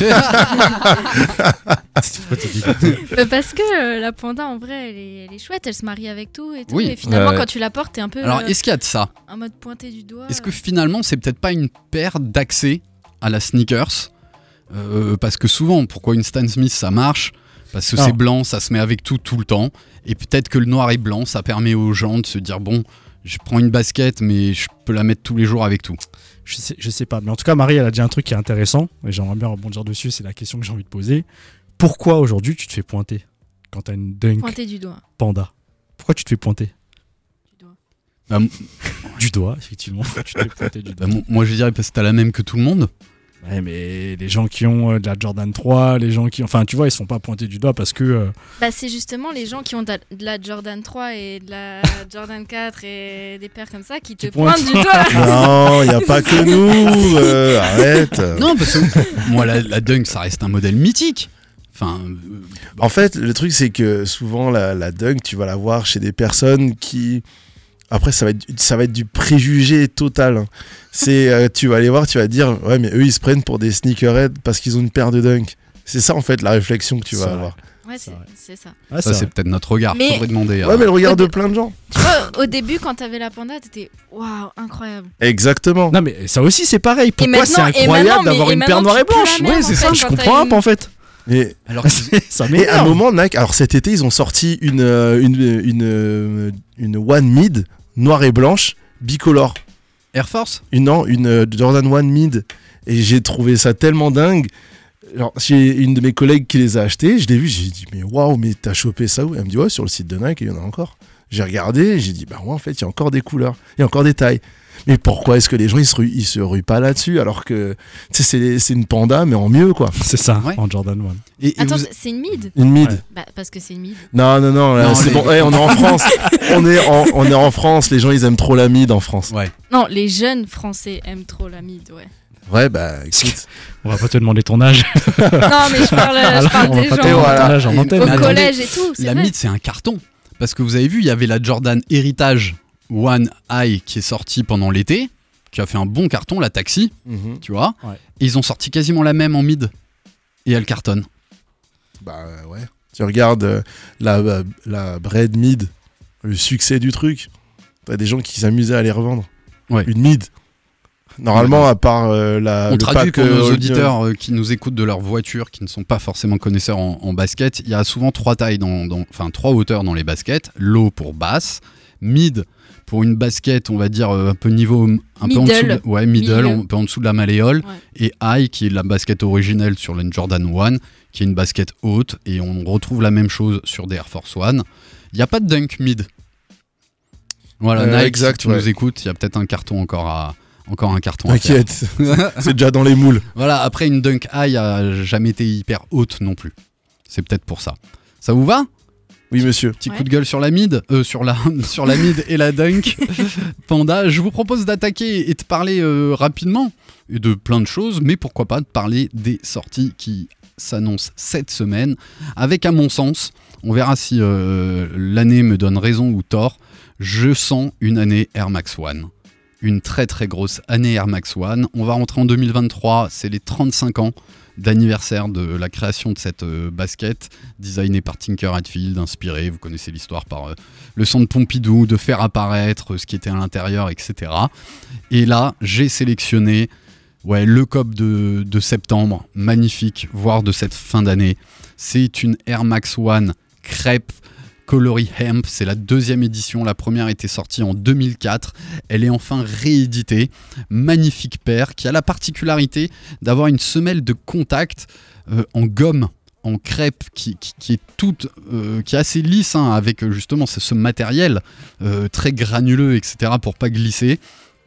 [SPEAKER 7] Pourquoi t'as dit que-
[SPEAKER 6] Euh, parce que euh, la panda, en vrai, elle est, elle est chouette, elle se marie avec tout et tout.
[SPEAKER 1] Oui.
[SPEAKER 6] Et finalement,
[SPEAKER 8] Ouais.
[SPEAKER 6] quand tu la portes, t'es un peu
[SPEAKER 1] Alors,
[SPEAKER 6] euh,
[SPEAKER 1] est-ce qu'il y a de ça?
[SPEAKER 6] en mode pointé du doigt.
[SPEAKER 1] Est-ce que finalement, c'est peut-être pas une paire d'accès à la sneakers? Euh, parce que souvent, pourquoi une Stan Smith ça marche? Parce que
[SPEAKER 7] Non.
[SPEAKER 1] c'est blanc, ça se met avec tout tout le temps. Et peut-être que le noir et blanc, ça permet aux gens de se dire bon, je prends une basket, mais je peux la mettre tous les jours avec tout.
[SPEAKER 7] Je sais, je sais pas. Mais en tout cas, Marie, elle a dit un truc qui est intéressant. Et j'aimerais bien rebondir dessus. C'est la question que j'ai envie de poser. Pourquoi aujourd'hui tu te fais pointer quand t'as une dunk
[SPEAKER 6] Pointé du doigt.
[SPEAKER 7] panda? Pourquoi tu te fais pointer
[SPEAKER 6] Du doigt.
[SPEAKER 1] Bah, m-
[SPEAKER 7] Du doigt, effectivement. Pourquoi tu te fais pointer du
[SPEAKER 1] bah,
[SPEAKER 7] doigt
[SPEAKER 1] mo- moi, je dirais parce que t'as la même que tout le monde.
[SPEAKER 7] Ouais, mais les gens qui ont euh, de la Jordan trois, les gens qui. Enfin, tu vois, ils sont pas pointés du doigt parce que. euh,
[SPEAKER 6] Bah, c'est justement les gens qui ont de la, de la Jordan trois et de la Jordan quatre et des paires comme ça qui te
[SPEAKER 7] Qui pointent.
[SPEAKER 6] pointent du doigt.
[SPEAKER 8] Non, il n'y a pas que nous. euh, arrête.
[SPEAKER 1] Non, parce que moi, la, la dunk, ça reste un modèle mythique. Enfin, euh,
[SPEAKER 8] En fait, le truc, c'est que souvent, la, la dunk, tu vas la voir chez des personnes qui. Après, ça va être, ça va être du préjugé total. hein. C'est, euh, tu vas aller voir, tu vas te dire, ouais, mais eux, ils se prennent pour des sneakerheads parce qu'ils ont une paire de dunk. C'est ça, en fait, la réflexion que tu
[SPEAKER 7] C'est
[SPEAKER 8] vas
[SPEAKER 7] vrai.
[SPEAKER 8] avoir.
[SPEAKER 6] Ouais, c'est
[SPEAKER 7] vrai.
[SPEAKER 6] c'est ça.
[SPEAKER 7] ouais,
[SPEAKER 1] ça,
[SPEAKER 7] c'est
[SPEAKER 1] c'est
[SPEAKER 7] vrai.
[SPEAKER 1] peut-être notre regard.
[SPEAKER 6] Mais-
[SPEAKER 1] Faudrait demander. à-
[SPEAKER 8] Ouais, mais le regard
[SPEAKER 6] Au
[SPEAKER 8] de
[SPEAKER 6] dé-
[SPEAKER 8] plein de gens.
[SPEAKER 6] Tu vois, au début, quand t'avais la panda, t'étais waouh, incroyable.
[SPEAKER 8] Exactement.
[SPEAKER 7] Non, mais ça aussi, c'est pareil. Pourquoi
[SPEAKER 6] maintenant-
[SPEAKER 7] c'est
[SPEAKER 6] et
[SPEAKER 7] incroyable
[SPEAKER 6] maintenant, mais-
[SPEAKER 7] d'avoir
[SPEAKER 6] et
[SPEAKER 7] une paire
[SPEAKER 6] maintenant,
[SPEAKER 7] noire et
[SPEAKER 6] tu peux la
[SPEAKER 7] blanche?
[SPEAKER 6] mettre,
[SPEAKER 7] Ouais,
[SPEAKER 6] en
[SPEAKER 7] c'est
[SPEAKER 6] fait,
[SPEAKER 7] ça, je
[SPEAKER 6] quand
[SPEAKER 7] comprends
[SPEAKER 6] t'as
[SPEAKER 7] un
[SPEAKER 6] une-
[SPEAKER 7] peu en fait.
[SPEAKER 8] Mais
[SPEAKER 1] Alors,
[SPEAKER 7] ça
[SPEAKER 8] Mais à un
[SPEAKER 7] m'énerve.
[SPEAKER 8] moment, Nike, alors cet été, ils ont sorti une, euh, une, une, euh, une One Mid noire et blanche, bicolore.
[SPEAKER 1] Air Force?
[SPEAKER 8] Une, non, une euh, Jordan One Mid. Et j'ai trouvé ça tellement dingue. Alors, j'ai une de mes collègues qui les a achetés, je l'ai vu, j'ai dit, mais waouh, mais t'as chopé ça où? Elle me dit, ouais, sur le site de Nike, il y en a encore. J'ai regardé, j'ai dit, bah ouais, en fait, il y a encore des couleurs, il y a encore des tailles. Mais pourquoi est-ce que les gens, ils se ruent, ils se ruent pas là-dessus alors que, tu sais, c'est, c'est une panda, mais en mieux, quoi.
[SPEAKER 7] C'est ça,
[SPEAKER 1] Ouais.
[SPEAKER 7] en Jordan un.
[SPEAKER 1] Et, et
[SPEAKER 6] Attends,
[SPEAKER 1] vous-
[SPEAKER 6] c'est une mid.
[SPEAKER 8] Une Mid.
[SPEAKER 7] Ouais.
[SPEAKER 6] Bah, parce que c'est une mid.
[SPEAKER 8] Non, non, non, là,
[SPEAKER 1] Non,
[SPEAKER 8] c'est
[SPEAKER 1] les-
[SPEAKER 8] bon. Eh, on est en France. on, est en, on est en France. Les gens, ils aiment trop la mid en France.
[SPEAKER 1] Ouais.
[SPEAKER 6] Non, les jeunes français aiment trop la mid, ouais.
[SPEAKER 8] Ouais, bah, écoute.
[SPEAKER 7] On va pas te demander ton âge.
[SPEAKER 6] Non, mais je parle, je
[SPEAKER 7] Alors,
[SPEAKER 6] parle
[SPEAKER 7] on va
[SPEAKER 6] des
[SPEAKER 7] pas te
[SPEAKER 6] gens
[SPEAKER 7] demander
[SPEAKER 8] voilà.
[SPEAKER 7] ton âge en
[SPEAKER 1] Et-
[SPEAKER 7] antenne.
[SPEAKER 6] au
[SPEAKER 1] Mais attendez,
[SPEAKER 6] collège et tout, c'est
[SPEAKER 1] La
[SPEAKER 6] vrai.
[SPEAKER 1] mythe, c'est un carton. Parce que vous avez vu, il y avait la Jordan Heritage One High qui est sortie pendant l'été, qui a fait un bon carton, la Taxi,
[SPEAKER 8] Mhm.
[SPEAKER 1] tu vois.
[SPEAKER 7] Ouais.
[SPEAKER 1] Et ils ont sorti quasiment la même en mid. Et elle cartonne.
[SPEAKER 8] Bah, ouais. Tu regardes euh, la, la, la bread mid, le succès du truc. T'as des gens qui s'amusaient à les revendre.
[SPEAKER 1] Ouais.
[SPEAKER 8] Une mid. Normalement, à part euh, la.
[SPEAKER 1] On
[SPEAKER 8] le
[SPEAKER 1] traduit
[SPEAKER 8] pack,
[SPEAKER 1] pour nos
[SPEAKER 8] euh,
[SPEAKER 1] auditeurs euh, qui nous écoutent de leur voiture, qui ne sont pas forcément connaisseurs en, en basket. Il y a souvent trois tailles, dans, dans- enfin trois hauteurs dans les baskets. Low pour basse, mid pour une basket, on va dire euh, un peu niveau, un peu en dessous,
[SPEAKER 6] Middle.
[SPEAKER 1] de, ouais middle,
[SPEAKER 6] Milieu.
[SPEAKER 1] un peu en dessous de la malléole,
[SPEAKER 6] Ouais.
[SPEAKER 1] et high qui est la basket originelle sur le Jordan One, qui est une basket haute, et on retrouve la même chose sur des Air Force One. Il n'y a pas de dunk mid. Voilà,
[SPEAKER 8] Euh,
[SPEAKER 1] Nike,
[SPEAKER 8] exact,
[SPEAKER 1] si tu
[SPEAKER 8] ouais.
[SPEAKER 1] nous écoutes, il y a peut-être un carton encore à, encore un carton à faire.
[SPEAKER 8] T'inquiète. C'est déjà dans les moules.
[SPEAKER 1] Voilà, après une dunk high a jamais été hyper haute non plus. C'est peut-être pour ça. Ça vous va?
[SPEAKER 8] Oui, monsieur.
[SPEAKER 1] Petit
[SPEAKER 6] Ouais.
[SPEAKER 1] coup de gueule sur la mid, euh, sur la sur la mid et la dunk. Panda, je vous propose d'attaquer et de parler euh, rapidement et de plein de choses, mais pourquoi pas de parler des sorties qui s'annoncent cette semaine, avec à mon sens, on verra si euh, l'année me donne raison ou tort, je sens une année Air Max One. Une très très grosse année Air Max One. On va rentrer en deux mille vingt-trois, c'est les trente-cinq ans d'anniversaire de la création de cette euh, basket, designée par Tinker Hatfield, inspirée, vous connaissez l'histoire, par euh, le centre Pompidou, de faire apparaître euh, ce qui était à l'intérieur, et cetera. Et là, j'ai sélectionné ouais, le cop de, de septembre, magnifique, voire de cette fin d'année. C'est une Air Max One crêpe, Coloris Hemp, c'est la deuxième édition, la première était sortie en deux mille quatre, elle est enfin rééditée, magnifique paire qui a la particularité d'avoir une semelle de contact euh, en gomme, en crêpe, qui, qui, qui est toute, euh, qui est assez lisse, hein, avec euh, justement ce, ce matériel euh, très granuleux, et cetera pour pas glisser.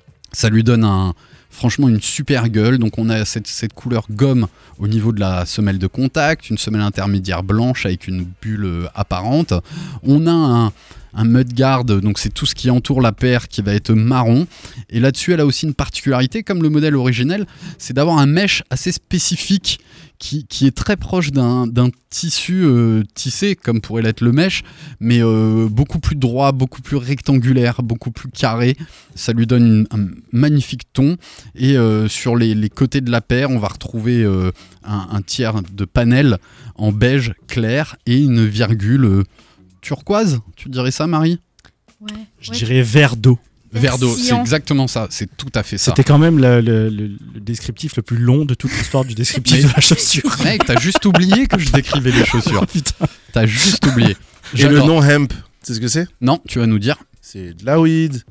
[SPEAKER 1] Ça lui donne un, franchement une super gueule. Donc on a cette, cette couleur gomme au niveau de la semelle de contact, une semelle intermédiaire blanche avec une bulle euh, apparente. On a un, un mudguard, donc c'est tout ce qui entoure la paire qui va être marron. Et là-dessus, elle a aussi une particularité, comme le modèle originel, c'est d'avoir un mesh assez spécifique qui, qui est très proche d'un, d'un tissu euh, tissé, comme pourrait l'être le mesh, mais euh, beaucoup plus droit, beaucoup plus rectangulaire, beaucoup plus carré. Ça lui donne une, un magnifique ton. Et euh, sur les, les côtés de la paire, on va retrouver euh, un, un tiers de panel en beige clair et une virgule euh, turquoise. Tu dirais ça, Marie ?
[SPEAKER 6] Ouais.
[SPEAKER 7] Je
[SPEAKER 6] ouais.
[SPEAKER 7] dirais vert d'eau.
[SPEAKER 1] Vert d'eau, c'est
[SPEAKER 6] Vert
[SPEAKER 1] exactement ça, c'est tout à fait ça.
[SPEAKER 7] C'était quand même le, le- le- le descriptif le plus long de toute l'histoire du descriptif
[SPEAKER 1] Mais-
[SPEAKER 7] de la chaussure.
[SPEAKER 1] Mec, t'as juste oublié que je décrivais les chaussures.
[SPEAKER 7] Putain.
[SPEAKER 1] T'as juste oublié.
[SPEAKER 8] Et le
[SPEAKER 1] J'adore.
[SPEAKER 8] nom hemp, tu sais ce que c'est?
[SPEAKER 1] Non, tu vas nous dire.
[SPEAKER 8] C'est de la weed.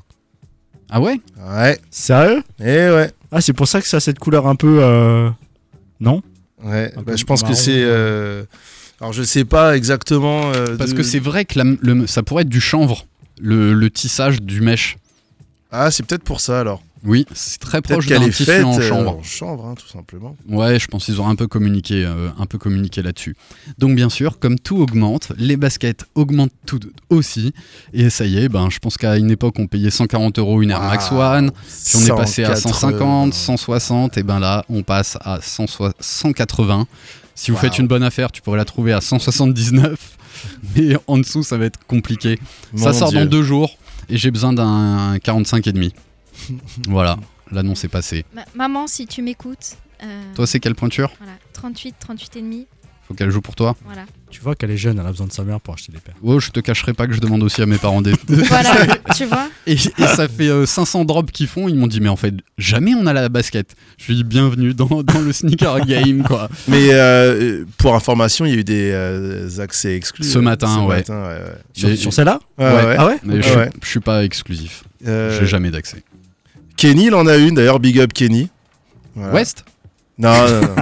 [SPEAKER 1] Ah ouais ?
[SPEAKER 8] Ouais.
[SPEAKER 7] Sérieux?
[SPEAKER 8] Et ouais.
[SPEAKER 7] Ah, c'est pour ça que ça a cette couleur un peu. euh, Non?
[SPEAKER 8] Ouais.
[SPEAKER 7] Un
[SPEAKER 8] Bah,
[SPEAKER 7] peu
[SPEAKER 8] je pense que
[SPEAKER 7] marron.
[SPEAKER 8] c'est. euh, Alors je sais pas exactement. euh,
[SPEAKER 1] Parce
[SPEAKER 8] de-
[SPEAKER 1] que c'est vrai que la- le- ça pourrait être du chanvre, le, le tissage du mèche.
[SPEAKER 8] Ah, c'est peut-être pour ça alors.
[SPEAKER 1] Oui, c'est très
[SPEAKER 8] Peut-être
[SPEAKER 1] proche
[SPEAKER 8] qu'elle
[SPEAKER 1] d'un
[SPEAKER 8] est
[SPEAKER 1] tissu
[SPEAKER 8] faite
[SPEAKER 1] en
[SPEAKER 8] euh,
[SPEAKER 1] chanvre.
[SPEAKER 8] en chanvre, hein, tout simplement.
[SPEAKER 1] Ouais, je pense qu'ils ont un peu communiqué, euh, un peu communiqué là-dessus. Donc bien sûr, comme tout augmente, les baskets augmentent tout aussi. Et ça y est, ben, je pense qu'à une époque, on payait cent quarante euros une Air Max
[SPEAKER 8] Waouh.
[SPEAKER 1] One. Puis on est passé à cent cinquante,
[SPEAKER 8] cent
[SPEAKER 1] cent soixante. Et ben là, on passe à cent quatre-vingts. Si vous
[SPEAKER 8] Waouh.
[SPEAKER 1] faites une bonne affaire, tu pourrais la trouver à cent soixante-dix-neuf. Mais en dessous, ça va être compliqué. Ça
[SPEAKER 8] Mon
[SPEAKER 1] sort
[SPEAKER 8] Dieu.
[SPEAKER 1] dans deux jours. Et j'ai besoin d'un quarante-cinq et demi. Voilà, l'annonce est passée.
[SPEAKER 6] Ma- maman, si tu m'écoutes. euh,
[SPEAKER 1] Toi, c'est quelle pointure ?
[SPEAKER 6] Voilà, trente-huit, trente-huit et demi.
[SPEAKER 1] Faut qu'elle joue pour toi.
[SPEAKER 6] Voilà.
[SPEAKER 7] Tu vois qu'elle est jeune, elle a besoin de sa mère pour acheter des paires.
[SPEAKER 1] Oh, je te cacherai pas que je demande aussi à mes parents des.
[SPEAKER 6] Voilà, tu vois.
[SPEAKER 1] Et, et ça fait euh, cinq cents drops qu'ils font. Ils m'ont dit, mais en fait, jamais on a la basket. Je lui dis, bienvenue dans, dans le sneaker game, quoi.
[SPEAKER 8] Mais euh, pour information, il y a eu des euh, accès exclus.
[SPEAKER 1] Ce
[SPEAKER 8] euh,
[SPEAKER 1] matin,
[SPEAKER 8] ce
[SPEAKER 1] ouais.
[SPEAKER 8] matin, ouais, ouais.
[SPEAKER 7] Sur,
[SPEAKER 1] Mais-
[SPEAKER 7] sur celle-là?
[SPEAKER 8] Ouais,
[SPEAKER 1] Ouais.
[SPEAKER 8] ouais.
[SPEAKER 7] Ah ouais?
[SPEAKER 1] Mais
[SPEAKER 8] Ouais,
[SPEAKER 1] je,
[SPEAKER 8] ouais.
[SPEAKER 1] je suis pas exclusif.
[SPEAKER 8] Euh,
[SPEAKER 1] J'ai jamais d'accès.
[SPEAKER 8] Kenny, il en a une d'ailleurs, big up Kenny. Voilà.
[SPEAKER 1] West
[SPEAKER 8] Non, non, non.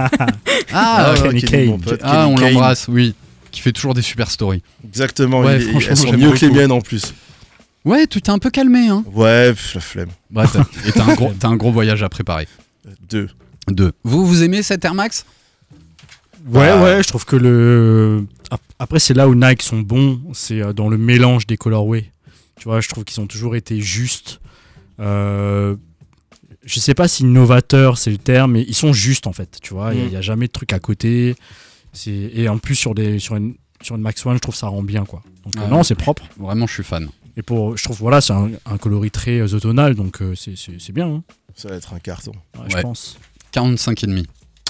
[SPEAKER 1] Ah,
[SPEAKER 8] non,
[SPEAKER 7] Kenny
[SPEAKER 8] Kenny,
[SPEAKER 7] Kane.
[SPEAKER 8] mon pote,
[SPEAKER 1] ah
[SPEAKER 8] Kenny
[SPEAKER 1] on
[SPEAKER 8] Kane.
[SPEAKER 1] l'embrasse, oui. Qui fait toujours des super stories.
[SPEAKER 8] Exactement,
[SPEAKER 1] Ouais,
[SPEAKER 8] il-
[SPEAKER 1] franchement,
[SPEAKER 8] elles sont
[SPEAKER 1] j'aime
[SPEAKER 8] mieux que les
[SPEAKER 1] beaucoup.
[SPEAKER 8] miennes en plus.
[SPEAKER 1] Ouais, tu t'es un peu calmé, hein.
[SPEAKER 8] Ouais, pff, la flemme.
[SPEAKER 1] Bah, t'as, et t'as un, gros, t'as un gros voyage à préparer.
[SPEAKER 8] Deux.
[SPEAKER 1] Deux. Vous, vous aimez cette Air Max ?
[SPEAKER 7] Ouais,
[SPEAKER 8] Bah.
[SPEAKER 7] ouais, je trouve que le. Ap- Après, c'est là où Nike sont bons, c'est euh, dans le mélange des colorways. Tu vois, je trouve qu'ils ont toujours été justes. Euh, Je sais pas si novateur c'est le terme, mais ils sont justes en fait. Tu vois, il
[SPEAKER 8] Mm.
[SPEAKER 7] n'y a, jamais de truc à côté. C'est... Et en plus, sur, des, sur, une, sur une Max One, je trouve ça rend bien quoi. Donc, euh,
[SPEAKER 1] Ah,
[SPEAKER 7] non,
[SPEAKER 1] ouais.
[SPEAKER 7] c'est propre.
[SPEAKER 1] Vraiment, je suis fan.
[SPEAKER 7] Et pour, je trouve, voilà, c'est un, un coloris très euh, automnal, donc euh, c'est, c'est, c'est bien, hein.
[SPEAKER 8] Ça va être un carton.
[SPEAKER 7] Ouais,
[SPEAKER 1] Ouais.
[SPEAKER 7] je pense.
[SPEAKER 1] quarante-cinq et demi.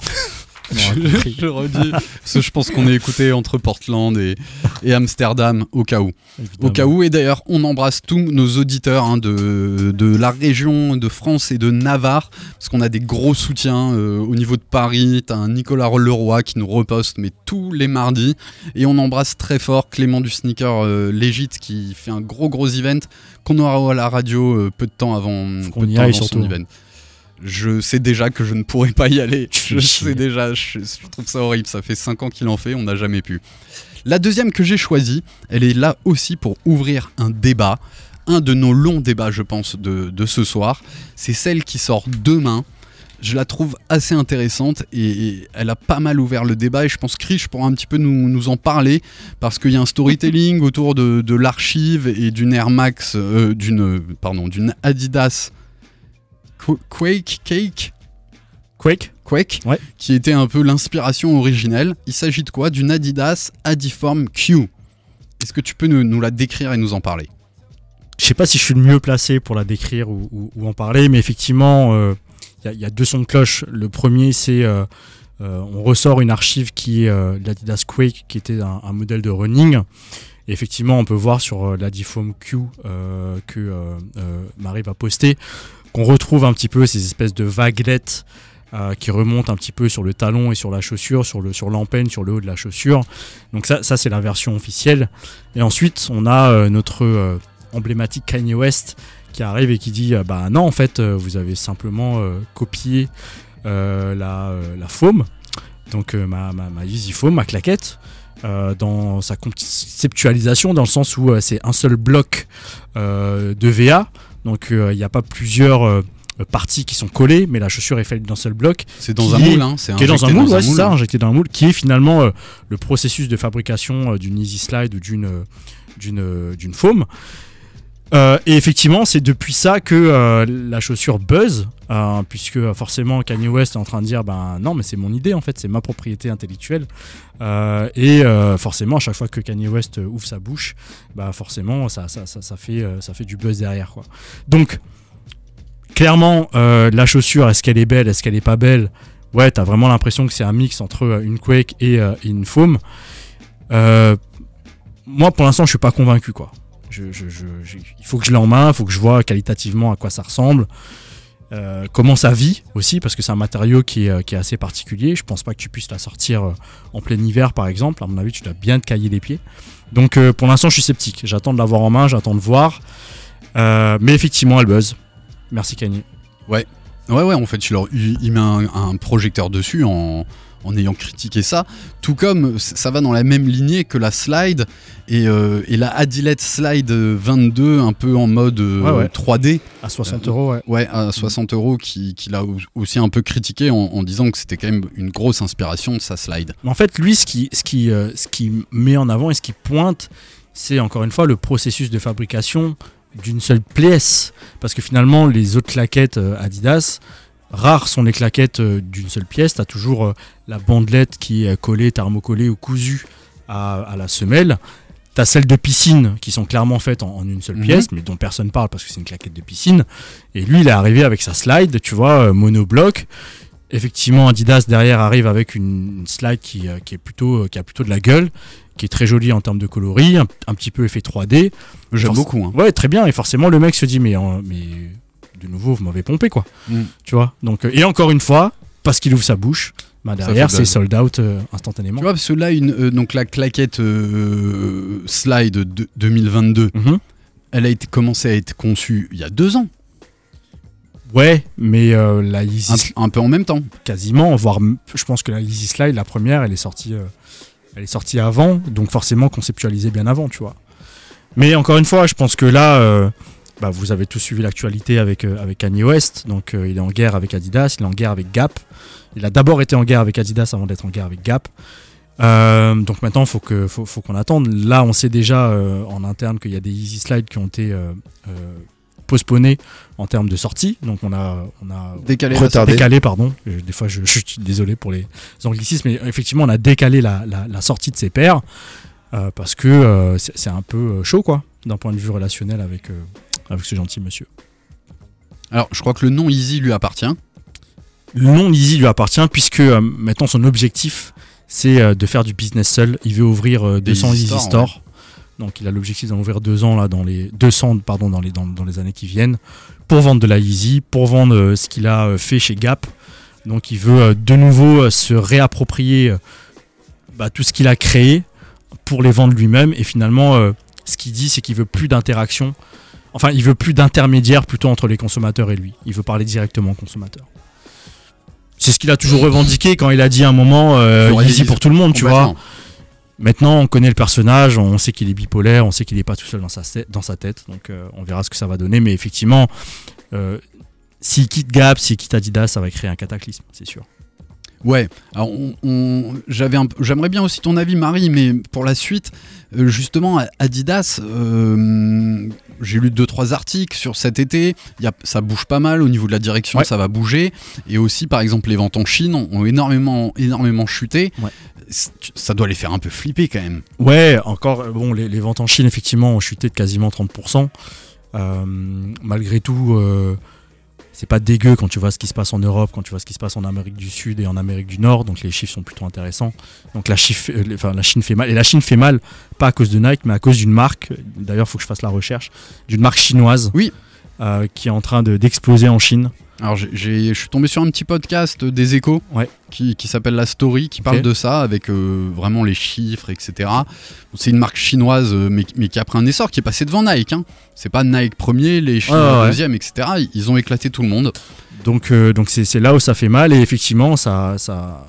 [SPEAKER 7] On aura compris.
[SPEAKER 1] je redis. Parce que je pense qu'on est écouté entre Portland et, et Amsterdam au cas où.
[SPEAKER 7] Évidemment.
[SPEAKER 1] Au cas où, et d'ailleurs, on embrasse tous nos auditeurs hein, de, de la région de France et de Navarre, parce qu'on a des gros soutiens euh, au niveau de Paris. T'as un Nicolas Leroy qui nous reposte, mais tous les mardis. Et on embrasse très fort Clément du Sneaker euh, Legit qui fait un gros gros event qu'on aura à la radio euh, peu de temps avant,
[SPEAKER 7] Faut
[SPEAKER 1] peu
[SPEAKER 7] qu'on
[SPEAKER 1] de
[SPEAKER 7] y
[SPEAKER 1] temps
[SPEAKER 7] aille,
[SPEAKER 1] avant son
[SPEAKER 7] surtout.
[SPEAKER 1] event. Je sais déjà que je ne pourrai pas y aller.
[SPEAKER 7] Tu
[SPEAKER 1] Je
[SPEAKER 7] fais chier.
[SPEAKER 1] sais déjà, je, je trouve ça horrible. Ça fait cinq ans qu'il en fait, on n'a jamais pu. La deuxième que j'ai choisie, elle est là aussi pour ouvrir un débat. Un de nos longs débats, je pense, de, de ce soir. C'est celle qui sort demain. Je la trouve assez intéressante et, et elle a pas mal ouvert le débat. Et je pense que Krish pourra un petit peu nous, nous en parler parce qu'il y a un storytelling autour de, de l'archive et d'une Air Max, euh, d'une, pardon, d'une Adidas Qu- Quake Cake.
[SPEAKER 7] Quake.
[SPEAKER 1] Quake,
[SPEAKER 7] Ouais.
[SPEAKER 1] qui était un peu l'inspiration originelle. Il s'agit de quoi ? D'une Adidas Adiform Q. Est-ce que tu peux nous, nous la décrire et nous en parler ?
[SPEAKER 7] Je sais pas si je suis le mieux placé pour la décrire ou, ou- ou en parler, mais effectivement, il y, y a deux sons de cloche. Le premier, c'est euh, euh, on ressort une archive qui est euh, l'Adidas Quake, qui était un, un modèle de running. Et effectivement, on peut voir sur euh, l'Adiform Q euh, que euh, euh, Marie va poster qu'on retrouve un petit peu ces espèces de vaguelettes euh, qui remonte un petit peu sur le talon et sur la chaussure, sur, le, sur l'empeigne, sur le haut de la chaussure. Donc ça, ça c'est la version officielle. Et ensuite, on a euh, notre euh, emblématique Kanye West qui arrive et qui dit euh, bah non, en fait, euh, vous avez simplement euh, copié euh, la, euh, la foam, donc euh, ma, ma, ma Yeezy Foam, ma claquette. Euh, dans sa conceptualisation, dans le sens où euh, c'est un seul bloc euh, de V A, donc il euh, n'y a pas plusieurs euh, parties qui sont collées, mais la chaussure est faite d'un seul bloc.
[SPEAKER 1] C'est dans un moule, hein, c'est
[SPEAKER 7] qui est dans un
[SPEAKER 1] injecté
[SPEAKER 7] moule,
[SPEAKER 1] dans un
[SPEAKER 7] ouais, c'est
[SPEAKER 1] moule,
[SPEAKER 7] ça,
[SPEAKER 1] hein.
[SPEAKER 7] injecté dans un moule, qui est finalement euh, le processus de fabrication euh, d'une Easy Slide ou d'une euh, d'une euh, d'une foam. Euh, et effectivement, c'est depuis ça que euh, la chaussure buzz, euh, puisque euh, forcément Kanye West est en train de dire ben non, mais c'est mon idée en fait, c'est ma propriété intellectuelle. Euh, et euh, forcément, à chaque fois que Kanye West ouvre sa bouche, bah forcément, ça, ça, ça, ça, fait, euh, ça fait du buzz derrière, quoi. Donc, clairement, euh, la chaussure, est-ce qu'elle est belle, est-ce qu'elle est pas belle? Ouais, t'as vraiment l'impression que c'est un mix entre une Quake et euh, une foam. Euh, moi, pour l'instant, je suis pas convaincu, quoi. Je, je, je, je, il faut que je l'ai en main, il faut que je vois qualitativement à quoi ça ressemble, euh, comment ça vit aussi, parce que c'est un matériau qui est, qui est assez particulier. Je pense pas que tu puisses la sortir euh, en plein hiver par exemple. À mon avis, tu dois bien te cailler les pieds. Donc euh, pour l'instant, je suis sceptique. J'attends de l'avoir en main, j'attends de voir. Euh, mais effectivement, elle buzz. Merci Kanye.
[SPEAKER 1] Ouais, ouais, ouais. En fait, il, leur, il, il met un, un projecteur dessus en. en ayant critiqué ça, tout comme ça va dans la même lignée que la slide et, euh, et la Adilette Slide vingt-deux un peu en mode euh,
[SPEAKER 7] ouais, ouais.
[SPEAKER 1] trois D
[SPEAKER 7] à soixante euros, ouais.
[SPEAKER 1] Ouais, à soixante euros, qui, qui l'a aussi un peu critiqué en, en disant que c'était quand même une grosse inspiration de sa slide.
[SPEAKER 7] En fait, lui, ce qui, ce qui, euh, ce qui met en avant et ce qui pointe, c'est encore une fois le processus de fabrication d'une seule pièce, parce que finalement, les autres claquettes euh, Adidas, rares sont les claquettes euh, d'une seule pièce. Tu as toujours euh, la bandelette qui est collée, thermocollée ou cousue à, à la semelle. Tu as celles de piscine qui sont clairement faites en, en une seule
[SPEAKER 1] mmh.
[SPEAKER 7] pièce, mais dont personne parle parce que c'est une claquette de piscine. Et lui, il est arrivé avec sa slide, tu vois, euh, monobloc. Effectivement, Adidas derrière arrive avec une, une slide qui, euh, qui, est plutôt, euh, qui a plutôt de la gueule, qui est très jolie en termes de coloris, un, un petit peu effet trois D.
[SPEAKER 1] J'aime
[SPEAKER 7] Forc-
[SPEAKER 1] beaucoup. Hein.
[SPEAKER 7] Ouais, très bien. Et forcément, le mec se dit, mais... Euh, mais de nouveau, vous m'avez pompé, quoi. Mm. Tu vois. Donc, euh, et encore une fois, parce qu'il ouvre sa bouche, bah derrière, c'est sold out euh, instantanément.
[SPEAKER 1] Tu vois, parce que là, une, euh, donc la claquette euh, Slide de deux mille vingt-deux, mm-hmm. elle a été commencé à être conçue il y a deux ans.
[SPEAKER 7] Ouais, mais euh, la Yeezy...
[SPEAKER 1] Un, un peu en même temps.
[SPEAKER 7] Quasiment, voire... Je pense que la Yeezy Slide, la première, elle est sortie, euh, elle est sortie avant, donc forcément conceptualisée bien avant, tu vois. Mais encore une fois, je pense que là... Euh, Bah, vous avez tous suivi l'actualité avec, euh, avec Kanye West, donc euh, il est en guerre avec Adidas, il est en guerre avec Gap. Il a d'abord été en guerre avec Adidas avant d'être en guerre avec Gap. Euh, donc maintenant, il faut, que, faut, faut qu'on attende. Là, on sait déjà euh, en interne qu'il y a des Yeezy Slides qui ont été euh, euh, postponés en termes de sortie. Donc on a, on a
[SPEAKER 1] décalé,
[SPEAKER 7] retardé. décalé pardon. Des fois, je, je suis désolé pour les anglicismes, mais effectivement, on a décalé la, la, la sortie de ces paires euh, parce que euh, c'est, c'est un peu chaud, quoi, d'un point de vue relationnel avec... Euh, avec ce gentil monsieur.
[SPEAKER 1] Alors, je crois que le nom Yeezy lui appartient.
[SPEAKER 7] Le nom Yeezy lui appartient puisque euh, maintenant son objectif, c'est euh, de faire du business seul. Il veut ouvrir euh, deux cents Yeezy Store. Store. Ouais. Donc, il a l'objectif d'en ouvrir deux ans là, dans les deux cents, pardon, dans les dans, dans les années qui viennent, pour vendre de la Yeezy, pour vendre euh, ce qu'il a euh, fait chez Gap. Donc, il veut euh, de nouveau euh, se réapproprier euh, bah, tout ce qu'il a créé pour les vendre lui-même. Et finalement, euh, ce qu'il dit, c'est qu'il veut plus d'interaction. Enfin, il veut plus d'intermédiaire plutôt entre les consommateurs et lui. Il veut parler directement aux consommateurs. C'est ce qu'il a toujours revendiqué quand il a dit à un moment euh, Yeezy pour tout le monde, tu vois. Maintenant, on connaît le personnage, on sait qu'il est bipolaire, on sait qu'il n'est pas tout seul dans sa, dans sa tête. Donc, euh, on verra ce que ça va donner. Mais effectivement, euh, s'il quitte Gap, s'il quitte Adidas, ça va créer un cataclysme, c'est sûr.
[SPEAKER 1] Ouais, alors on, on, j'avais un, j'aimerais bien aussi ton avis, Marie, mais pour la suite, euh, justement, Adidas, euh, j'ai lu deux trois articles sur cet été, y a, ça bouge pas mal au niveau de la direction, ouais. Ça va bouger, et aussi par exemple les ventes en Chine ont, ont énormément, énormément chuté, ouais. Ça doit les faire un peu flipper quand même.
[SPEAKER 7] Ouais, encore, bon, les, les ventes en Chine effectivement ont chuté de quasiment trente pour cent, euh, malgré tout... Euh, c'est pas dégueu quand tu vois ce qui se passe en Europe, quand tu vois ce qui se passe en Amérique du Sud et en Amérique du Nord, donc les chiffres sont plutôt intéressants. Donc la, chiffre, euh, enfin, la Chine fait mal, et la Chine fait mal, pas à cause de Nike, mais à cause d'une marque, d'ailleurs il faut que je fasse la recherche, d'une marque chinoise,
[SPEAKER 1] oui.
[SPEAKER 7] euh, qui est en train de, d'exploser en Chine.
[SPEAKER 1] Alors j'ai, j'ai- je suis tombé sur un petit podcast des Échos
[SPEAKER 7] Ouais.
[SPEAKER 1] qui, qui s'appelle La Story, qui parle
[SPEAKER 7] Ok.
[SPEAKER 1] de ça avec euh, vraiment les chiffres, et cetera. C'est une marque chinoise euh, mais, mais qui a pris un essor, qui est passé devant Nike. Hein. C'est pas Nike premier, les Chinois
[SPEAKER 7] Ouais, ouais.
[SPEAKER 1] deuxième, et cetera. Ils ont éclaté tout le monde.
[SPEAKER 7] Donc, euh, donc c'est, c'est là où ça fait mal, et effectivement, ça, ça,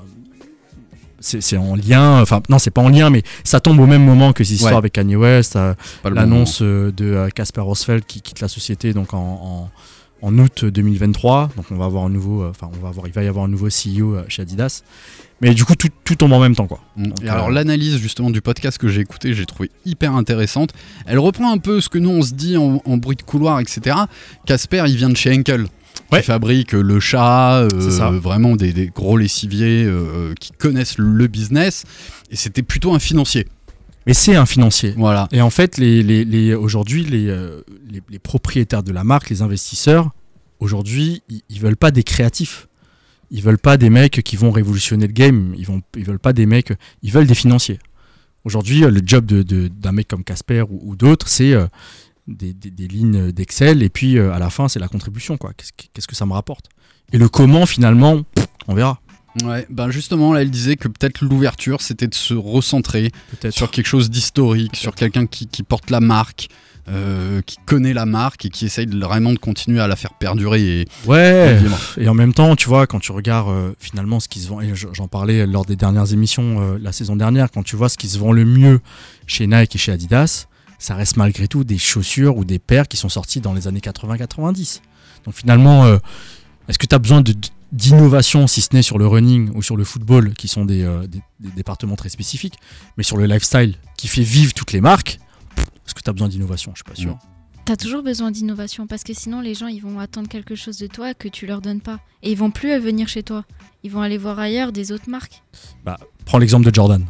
[SPEAKER 7] c'est, c'est en lien. Enfin, non, c'est pas en lien, mais ça tombe au même moment que cette histoire
[SPEAKER 1] Ouais.
[SPEAKER 7] avec Kanye West, euh,
[SPEAKER 1] Pas le
[SPEAKER 7] l'annonce euh, de euh, Casper Rosfeld qui quitte la société donc en, en, en août deux mille vingt-trois. Donc on va avoir un nouveau, euh, enfin on va avoir, il va y avoir un nouveau C E O euh, chez Adidas. Mais du coup tout, tout tombe en même temps quoi.
[SPEAKER 1] Mm.
[SPEAKER 7] Donc,
[SPEAKER 1] Et alors
[SPEAKER 7] euh,
[SPEAKER 1] l'analyse justement du podcast que j'ai écouté, j'ai trouvé hyper intéressante. Elle reprend un peu ce que nous on se dit en, en bruit de couloir, et cetera. Casper, il vient de chez Henkel.
[SPEAKER 7] Ouais.
[SPEAKER 1] Qui fabrique euh, le chat, euh,
[SPEAKER 7] C'est ça.
[SPEAKER 1] vraiment des, des gros lessiviers euh, qui connaissent le business. Et c'était plutôt un financier.
[SPEAKER 7] Mais c'est un financier.
[SPEAKER 1] Voilà.
[SPEAKER 7] Et en fait, les, les, les, aujourd'hui, les, euh, les, les propriétaires de la marque, les investisseurs, aujourd'hui, ils, ils veulent pas des créatifs. Ils veulent pas des mecs qui vont révolutionner le game. Ils vont, ils veulent pas des mecs. Ils veulent des financiers. Aujourd'hui, euh, le job de, de, d'un mec comme Casper ou, ou d'autres, c'est euh, des, des, des lignes d'Excel. Et puis, euh, à la fin, c'est la contribution, quoi. Qu'est-ce, que- qu'est-ce que ça me rapporte? Et le comment, finalement, pff, on verra.
[SPEAKER 1] Ouais, ben justement, là, elle disait que peut-être l'ouverture, c'était de se recentrer
[SPEAKER 7] Peut-être.
[SPEAKER 1] sur quelque chose d'historique, sur quelqu'un qui, qui porte la marque, euh, qui connaît la marque et qui essaye de, vraiment de continuer à la faire perdurer. Et,
[SPEAKER 7] Ouais,
[SPEAKER 1] et vivre.
[SPEAKER 7] et en même temps, tu vois, quand tu regardes euh, finalement ce qui se vend, et j'en parlais lors des dernières émissions euh, la saison dernière, quand tu vois ce qui se vend le mieux chez Nike et chez Adidas, ça reste malgré tout des chaussures ou des paires qui sont sorties dans les années quatre-vingts quatre-vingt-dix. Donc finalement, euh, est-ce que tu as besoin de, d'innovation, si ce n'est sur le running ou sur le football, qui sont des, euh, des, des départements très spécifiques, mais sur le lifestyle qui fait vivre toutes les marques, est-ce que tu as besoin d'innovation? Je suis pas sûr.
[SPEAKER 6] T'as toujours besoin d'innovation parce que sinon les gens ils vont attendre quelque chose de toi que tu leur donnes pas et ils vont plus venir chez toi. Ils vont aller voir ailleurs des autres marques.
[SPEAKER 7] Prends l'exemple de Jordan.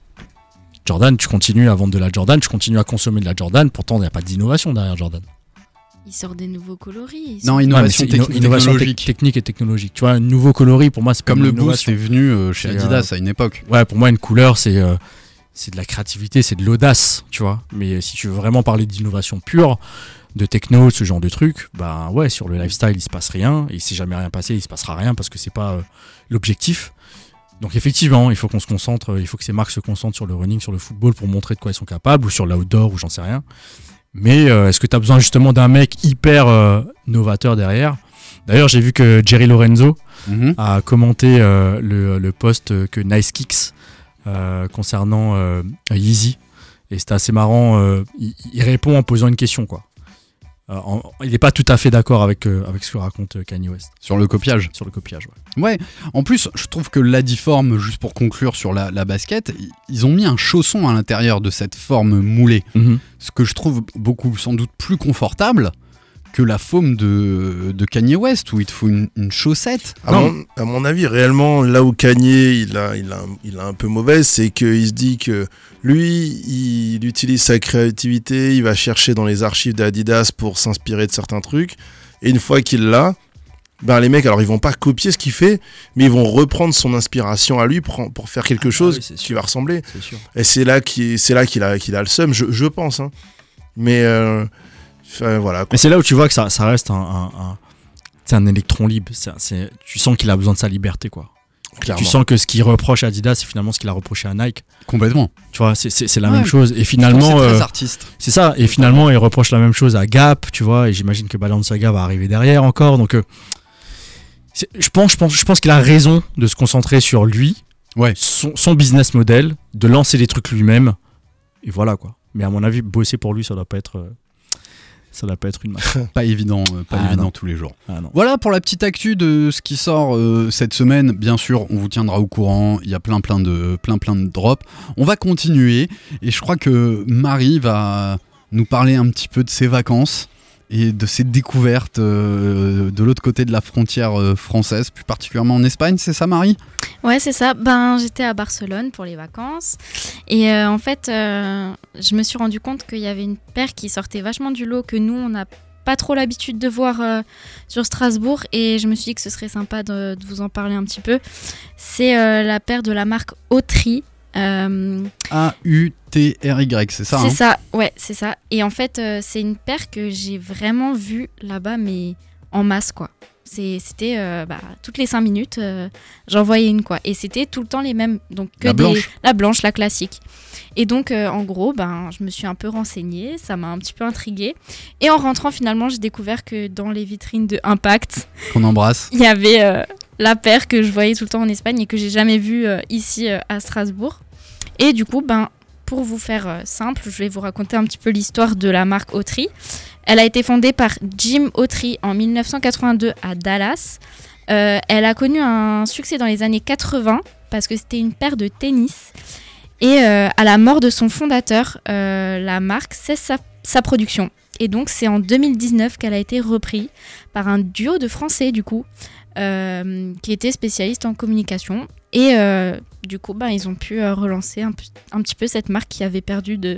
[SPEAKER 7] Jordan, tu continues à vendre de la Jordan, tu continues à consommer de la Jordan, pourtant il n'y a pas d'innovation derrière Jordan.
[SPEAKER 6] Ils sortent des nouveaux coloris. ils
[SPEAKER 1] Non,
[SPEAKER 6] sont-
[SPEAKER 1] innovation,
[SPEAKER 7] Ouais, mais c'est
[SPEAKER 1] techni-
[SPEAKER 7] inno- innovation
[SPEAKER 1] technologique.
[SPEAKER 7] tec- technique et technologique. Tu vois, un nouveau coloris, pour moi, c'est pas
[SPEAKER 1] Comme
[SPEAKER 7] une
[SPEAKER 1] le Boost
[SPEAKER 7] innovation.
[SPEAKER 1] est venu euh, chez
[SPEAKER 7] C'est,
[SPEAKER 1] Adidas à une époque.
[SPEAKER 7] Ouais, pour moi, une couleur, c'est euh, c'est de la créativité, c'est de l'audace, tu vois. Mais si tu veux vraiment parler d'innovation pure, de techno, ce genre de truc, bah ouais, sur le lifestyle, il se passe rien. Et s'il jamais rien passé, il se passera rien parce que c'est pas euh, l'objectif. Donc effectivement, il faut qu'on se concentre, il faut que ces marques se concentrent sur le running, sur le football pour montrer de quoi ils sont capables, ou sur l'outdoor, ou j'en sais rien. Mais euh, est-ce que tu as besoin justement d'un mec hyper euh, novateur derrière? D'ailleurs, j'ai vu que Jerry Lorenzo
[SPEAKER 1] Mhm.
[SPEAKER 7] a commenté euh, le, le post que Nice Kicks euh, concernant euh, Yeezy. Et c'était assez marrant. euh, il, il répond en posant une question, quoi. Euh, en- il n'est pas tout à fait d'accord avec, euh, avec ce que raconte euh, Kanye West
[SPEAKER 1] Sur le copiage.
[SPEAKER 7] sur le copiage. Ouais.
[SPEAKER 1] Ouais, en plus, je trouve que l'Adiform, juste pour conclure sur la, la basket, i- ils ont mis un chausson à l'intérieur de cette forme moulée. Ce que je trouve beaucoup, sans doute, plus confortable que la forme de, de Kanye West, où il te faut une, une chaussette.
[SPEAKER 8] À
[SPEAKER 1] Non.
[SPEAKER 8] mon, à mon avis, réellement, là où Kanye il a, il a, il a un peu mauvaise, c'est qu'il se dit que lui, il utilise sa créativité, il va chercher dans les archives d'Adidas pour s'inspirer de certains trucs. Et une fois qu'il l'a, ben les mecs, alors ils vont pas copier ce qu'il fait, mais ils vont reprendre son inspiration à lui pour, pour faire quelque
[SPEAKER 7] Ah,
[SPEAKER 8] chose
[SPEAKER 7] oui, c'est
[SPEAKER 8] qui
[SPEAKER 7] sûr.
[SPEAKER 8] va ressembler.
[SPEAKER 7] C'est sûr.
[SPEAKER 8] Et c'est là qu'il, c'est là qu'il a, qu'il a le seum, je, je pense. Hein. Mais euh, enfin, voilà. quoi.
[SPEAKER 7] Mais c'est là où tu vois que ça, ça reste un, un, un, c'est un électron libre. C'est, c'est, tu sens qu'il a besoin de sa liberté, quoi.
[SPEAKER 8] Clairement.
[SPEAKER 7] Tu sens que ce qu'il reproche à Adidas, c'est finalement ce qu'il a reproché à Nike.
[SPEAKER 1] Complètement.
[SPEAKER 7] Tu vois, c'est, c'est, c'est la
[SPEAKER 1] Ouais.
[SPEAKER 7] même chose. Et
[SPEAKER 1] C'est
[SPEAKER 7] finalement,
[SPEAKER 1] très
[SPEAKER 7] euh,
[SPEAKER 1] artiste.
[SPEAKER 7] c'est ça. Et finalement, il reproche la même chose à Gap, tu vois. Et j'imagine que Balenciaga va arriver derrière encore. Donc, euh, c'est- je pense, je pense, je pense qu'il a raison de se concentrer sur lui,
[SPEAKER 1] Ouais.
[SPEAKER 7] son, son business model, de lancer des trucs lui-même. Et voilà, quoi. Mais à mon avis, bosser pour lui, ça doit pas être, euh, ça doit pas être une marque.
[SPEAKER 1] Pas évident, euh, pas
[SPEAKER 7] Ah,
[SPEAKER 1] évident
[SPEAKER 7] non.
[SPEAKER 1] tous les jours.
[SPEAKER 7] Ah non.
[SPEAKER 1] Voilà pour la petite actu de ce qui sort euh, cette semaine. Bien sûr, on vous tiendra au courant. Il y a plein plein de plein plein de drops. On va continuer et je crois que Marie va nous parler un petit peu de ses vacances et de ses découvertes euh, de l'autre côté de la frontière euh, française, plus particulièrement en Espagne. C'est ça, Marie ?
[SPEAKER 6] Ouais, c'est ça. Ben, j'étais à Barcelone pour les vacances. Et euh, en fait, euh, je me suis rendu compte qu'il y avait une paire qui sortait vachement du lot que nous, on n'a pas trop l'habitude de voir euh, sur Strasbourg. Et je me suis dit que ce serait sympa de, de vous en parler un petit peu. C'est euh, la paire de la marque Autry. Euh,
[SPEAKER 1] A U T R Y, c'est ça
[SPEAKER 6] c'est
[SPEAKER 1] hein
[SPEAKER 6] ça, ouais, c'est ça. Et en fait, euh, c'est une paire que j'ai vraiment vue là-bas, mais en masse, quoi. C'est, c'était euh, bah, toutes les cinq minutes, euh, j'en voyais une quoi. Et c'était tout le temps les mêmes. Donc que
[SPEAKER 1] La
[SPEAKER 6] des,
[SPEAKER 1] blanche.
[SPEAKER 6] la blanche, la classique. Et donc euh, en gros, ben, je me suis un peu renseignée, ça m'a un petit peu intriguée. Et en rentrant finalement, j'ai découvert que dans les vitrines de Impact,
[SPEAKER 1] Qu'on embrasse.
[SPEAKER 6] il y avait euh, la paire que je voyais tout le temps en Espagne et que j'ai jamais vue euh, ici euh, à Strasbourg. Et du coup, ben, pour vous faire euh, simple, je vais vous raconter un petit peu l'histoire de la marque Autry. Elle a été fondée par Jim Autry en dix-neuf cent quatre-vingt-deux à Dallas. Euh, elle a connu un succès dans les années quatre-vingts parce que c'était une paire de tennis. Et euh, à la mort de son fondateur, euh, la marque cesse sa, sa production. Et donc c'est en deux mille dix-neuf qu'elle a été reprise par un duo de Français du coup, euh, qui était spécialiste en communication. Et euh, du coup, bah, ils ont pu euh, relancer un, p- un petit peu cette marque qui avait perdu de,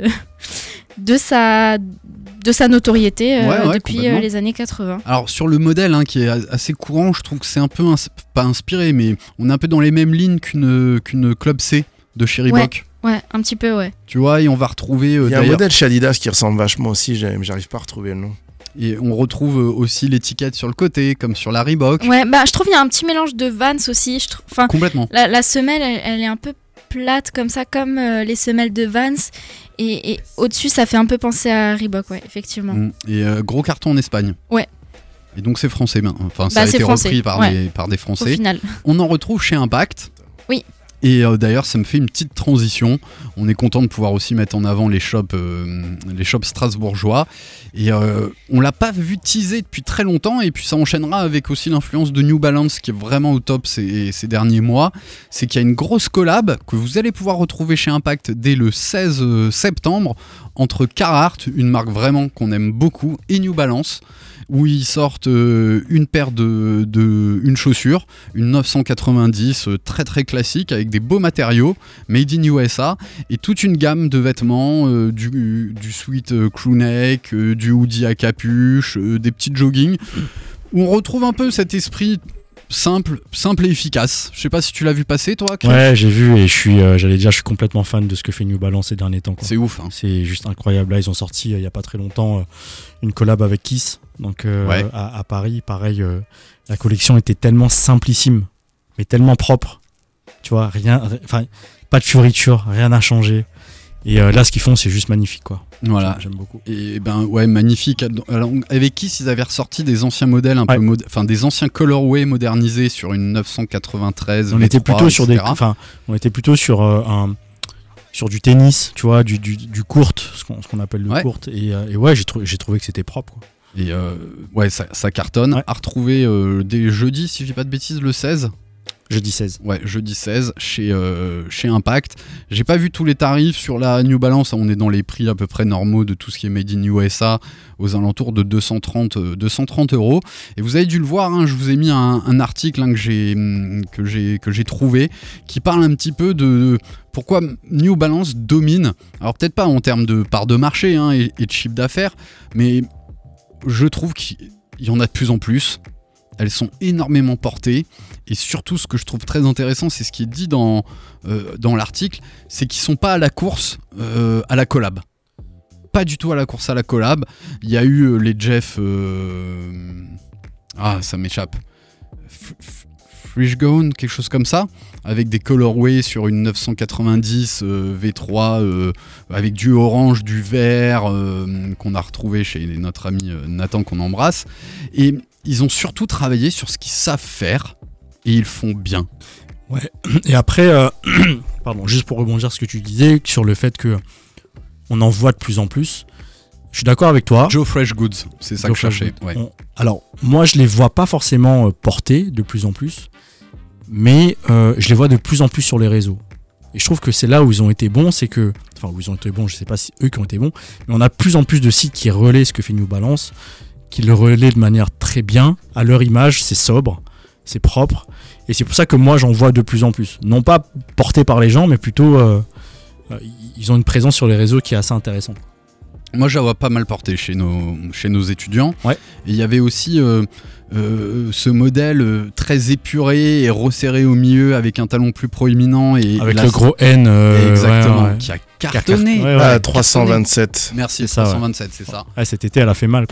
[SPEAKER 6] de, sa, de sa notoriété euh,
[SPEAKER 1] Ouais, ouais,
[SPEAKER 6] depuis
[SPEAKER 1] complètement.
[SPEAKER 6] euh, les années quatre-vingts.
[SPEAKER 1] Alors sur le modèle hein, qui est a- assez courant, je trouve que c'est un peu, ins- pas inspiré, mais on est un peu dans les mêmes lignes qu'une, qu'une Club C de chez Reebok.
[SPEAKER 6] Ouais, un petit peu, ouais.
[SPEAKER 1] Tu vois, et on va retrouver euh,
[SPEAKER 8] Il y a un
[SPEAKER 1] d'ailleurs-
[SPEAKER 8] modèle chez Adidas qui ressemble vachement aussi, j'ai- j'arrive pas à retrouver le nom.
[SPEAKER 1] et on retrouve euh, aussi l'étiquette sur le côté, comme sur la Reebok.
[SPEAKER 6] Ouais, bah, je trouve qu'il y a un petit mélange de Vans aussi. Je trouve, enfin,
[SPEAKER 1] Complètement.
[SPEAKER 6] la, la semelle, elle, elle est un peu plate comme ça, comme euh, les semelles de Vans. Et, et au-dessus, ça fait un peu penser à Reebok, ouais, effectivement.
[SPEAKER 1] Mm. Et euh, gros carton en Espagne.
[SPEAKER 6] Ouais.
[SPEAKER 1] Et donc c'est français, ben, enfin ça
[SPEAKER 6] Bah,
[SPEAKER 1] a
[SPEAKER 6] c'est
[SPEAKER 1] été
[SPEAKER 6] français,
[SPEAKER 1] repris par,
[SPEAKER 6] ouais.
[SPEAKER 1] des, par des
[SPEAKER 6] Au
[SPEAKER 1] Français.
[SPEAKER 6] final.
[SPEAKER 1] On en retrouve chez Impact.
[SPEAKER 6] Oui.
[SPEAKER 1] Et euh, d'ailleurs, ça me fait une petite transition. On est content de pouvoir aussi mettre en avant les shops, euh, les shops strasbourgeois. Et euh, on l'a pas vu teaser depuis très longtemps. Et puis ça enchaînera avec aussi l'influence de New Balance qui est vraiment au top ces, ces derniers mois. C'est qu'il y a une grosse collab que vous allez pouvoir retrouver chez Impact dès le seize septembre entre Carhartt, une marque vraiment qu'on aime beaucoup, et New Balance, où ils sortent euh, une paire de, de une chaussure, une neuf cent quatre-vingt-dix euh, très très classique avec des beaux matériaux, made in U S A, et toute une gamme de vêtements, euh, du, du sweat euh, crewneck, euh, du hoodie à capuche, euh, des petits joggings, où on retrouve un peu cet esprit simple, simple et efficace. Je sais pas si tu l'as vu passer toi, Chris.
[SPEAKER 7] Ouais, j'ai vu et je suis, euh, j'allais dire, je suis complètement fan de ce que fait New Balance ces derniers temps, quoi.
[SPEAKER 1] C'est ouf. Hein.
[SPEAKER 7] C'est juste incroyable. Là, ils ont sorti euh, il y a pas très longtemps euh, une collab avec Kiss, donc euh,
[SPEAKER 1] Ouais.
[SPEAKER 7] à, à Paris. Pareil, euh, la collection était tellement simplissime, mais tellement propre. Tu vois, rien, enfin, pas de fioriture, rien n'a changé. Et euh, là, ce qu'ils font, c'est juste magnifique, quoi.
[SPEAKER 1] Voilà.
[SPEAKER 7] J'aime, j'aime beaucoup.
[SPEAKER 1] Et ben ouais, magnifique. Alors, avec Kiss, ils avaient ressorti des anciens modèles un
[SPEAKER 7] Ouais.
[SPEAKER 1] peu, mod- enfin des anciens colorways modernisés sur une neuf cent quatre-vingt-treize.
[SPEAKER 7] On
[SPEAKER 1] V
[SPEAKER 7] était
[SPEAKER 1] trois,
[SPEAKER 7] plutôt sur des,
[SPEAKER 1] et cetera.
[SPEAKER 7] enfin, on était plutôt sur euh, un, sur du tennis, tu vois, du, du, du court, ce qu'on, ce qu'on appelle le
[SPEAKER 1] Ouais.
[SPEAKER 7] court. Et, euh, et ouais, j'ai trouvé, j'ai trouvé que c'était propre, quoi.
[SPEAKER 1] Et euh, ouais, ça, ça cartonne.
[SPEAKER 7] Ouais.
[SPEAKER 1] À retrouver euh, dès jeudi, si je dis pas de bêtises, le seize.
[SPEAKER 7] Jeudi seize.
[SPEAKER 1] Ouais, jeudi seize chez, euh, chez Impact. J'ai pas vu tous les tarifs sur la New Balance. On est dans les prix à peu près normaux de tout ce qui est made in U S A, aux alentours de deux cent trente euros. Et vous avez dû le voir, hein, je vous ai mis un, un article hein, que, j'ai, que, j'ai, que j'ai trouvé qui parle un petit peu de pourquoi New Balance domine. Alors peut-être pas en termes de part de marché hein, et, et de chiffre d'affaires, mais je trouve qu'il y en a de plus en plus. Elles sont énormément portées. Et surtout, ce que je trouve très intéressant, c'est ce qui est dit dans, euh, dans l'article, c'est qu'ils sont pas à la course euh, à la collab. Pas du tout à la course à la collab. Il y a eu euh, les Jeff... euh, Ah, ça m'échappe. F- F- Fresh Gone, quelque chose comme ça, avec des colorways sur une neuf cent quatre-vingt-dix euh, V trois, euh, avec du orange, du vert, euh, qu'on a retrouvé chez notre ami euh, Nathan, qu'on embrasse. Et ils ont surtout travaillé sur ce qu'ils savent faire, et ils font bien.
[SPEAKER 7] Ouais. Et après, euh, pardon, juste pour rebondir sur ce que tu disais sur le fait que on en voit de plus en plus. Je suis d'accord avec toi.
[SPEAKER 1] Joe Fresh Goods, c'est ça
[SPEAKER 7] Joe
[SPEAKER 1] que je cherchais.
[SPEAKER 7] Fresh
[SPEAKER 1] Ouais.
[SPEAKER 7] On- alors, moi, je les vois pas forcément euh, portés de plus en plus, mais euh, je les vois de plus en plus sur les réseaux. Et je trouve que c'est là où ils ont été bons, c'est que, enfin, où ils ont été bons, je sais pas si eux qui ont été bons, mais on a de plus en plus de sites qui relaient ce que fait New Balance, qui le relaient de manière très bien, à leur image, c'est sobre, c'est propre, et c'est pour ça que moi j'en vois de plus en plus. Non pas portés par les gens, mais plutôt euh, euh, ils ont une présence sur les réseaux qui est assez intéressante.
[SPEAKER 1] Moi, je la vois pas mal portée chez nos, chez nos étudiants.
[SPEAKER 7] Ouais.
[SPEAKER 1] Et il y avait aussi euh, euh, ce modèle euh, très épuré et resserré au milieu avec un talon plus proéminent. Et,
[SPEAKER 7] Avec
[SPEAKER 1] et
[SPEAKER 7] le
[SPEAKER 1] la-
[SPEAKER 7] gros N. euh,
[SPEAKER 1] Exactement,
[SPEAKER 7] ouais, ouais.
[SPEAKER 1] qui a cartonné.
[SPEAKER 7] Ouais, ouais.
[SPEAKER 8] Ah, trois cent vingt-sept.
[SPEAKER 1] Merci,
[SPEAKER 7] C'est ça,
[SPEAKER 1] trois cent vingt-sept, c'est ça.
[SPEAKER 7] Ouais, cet été, elle a fait mal, quoi.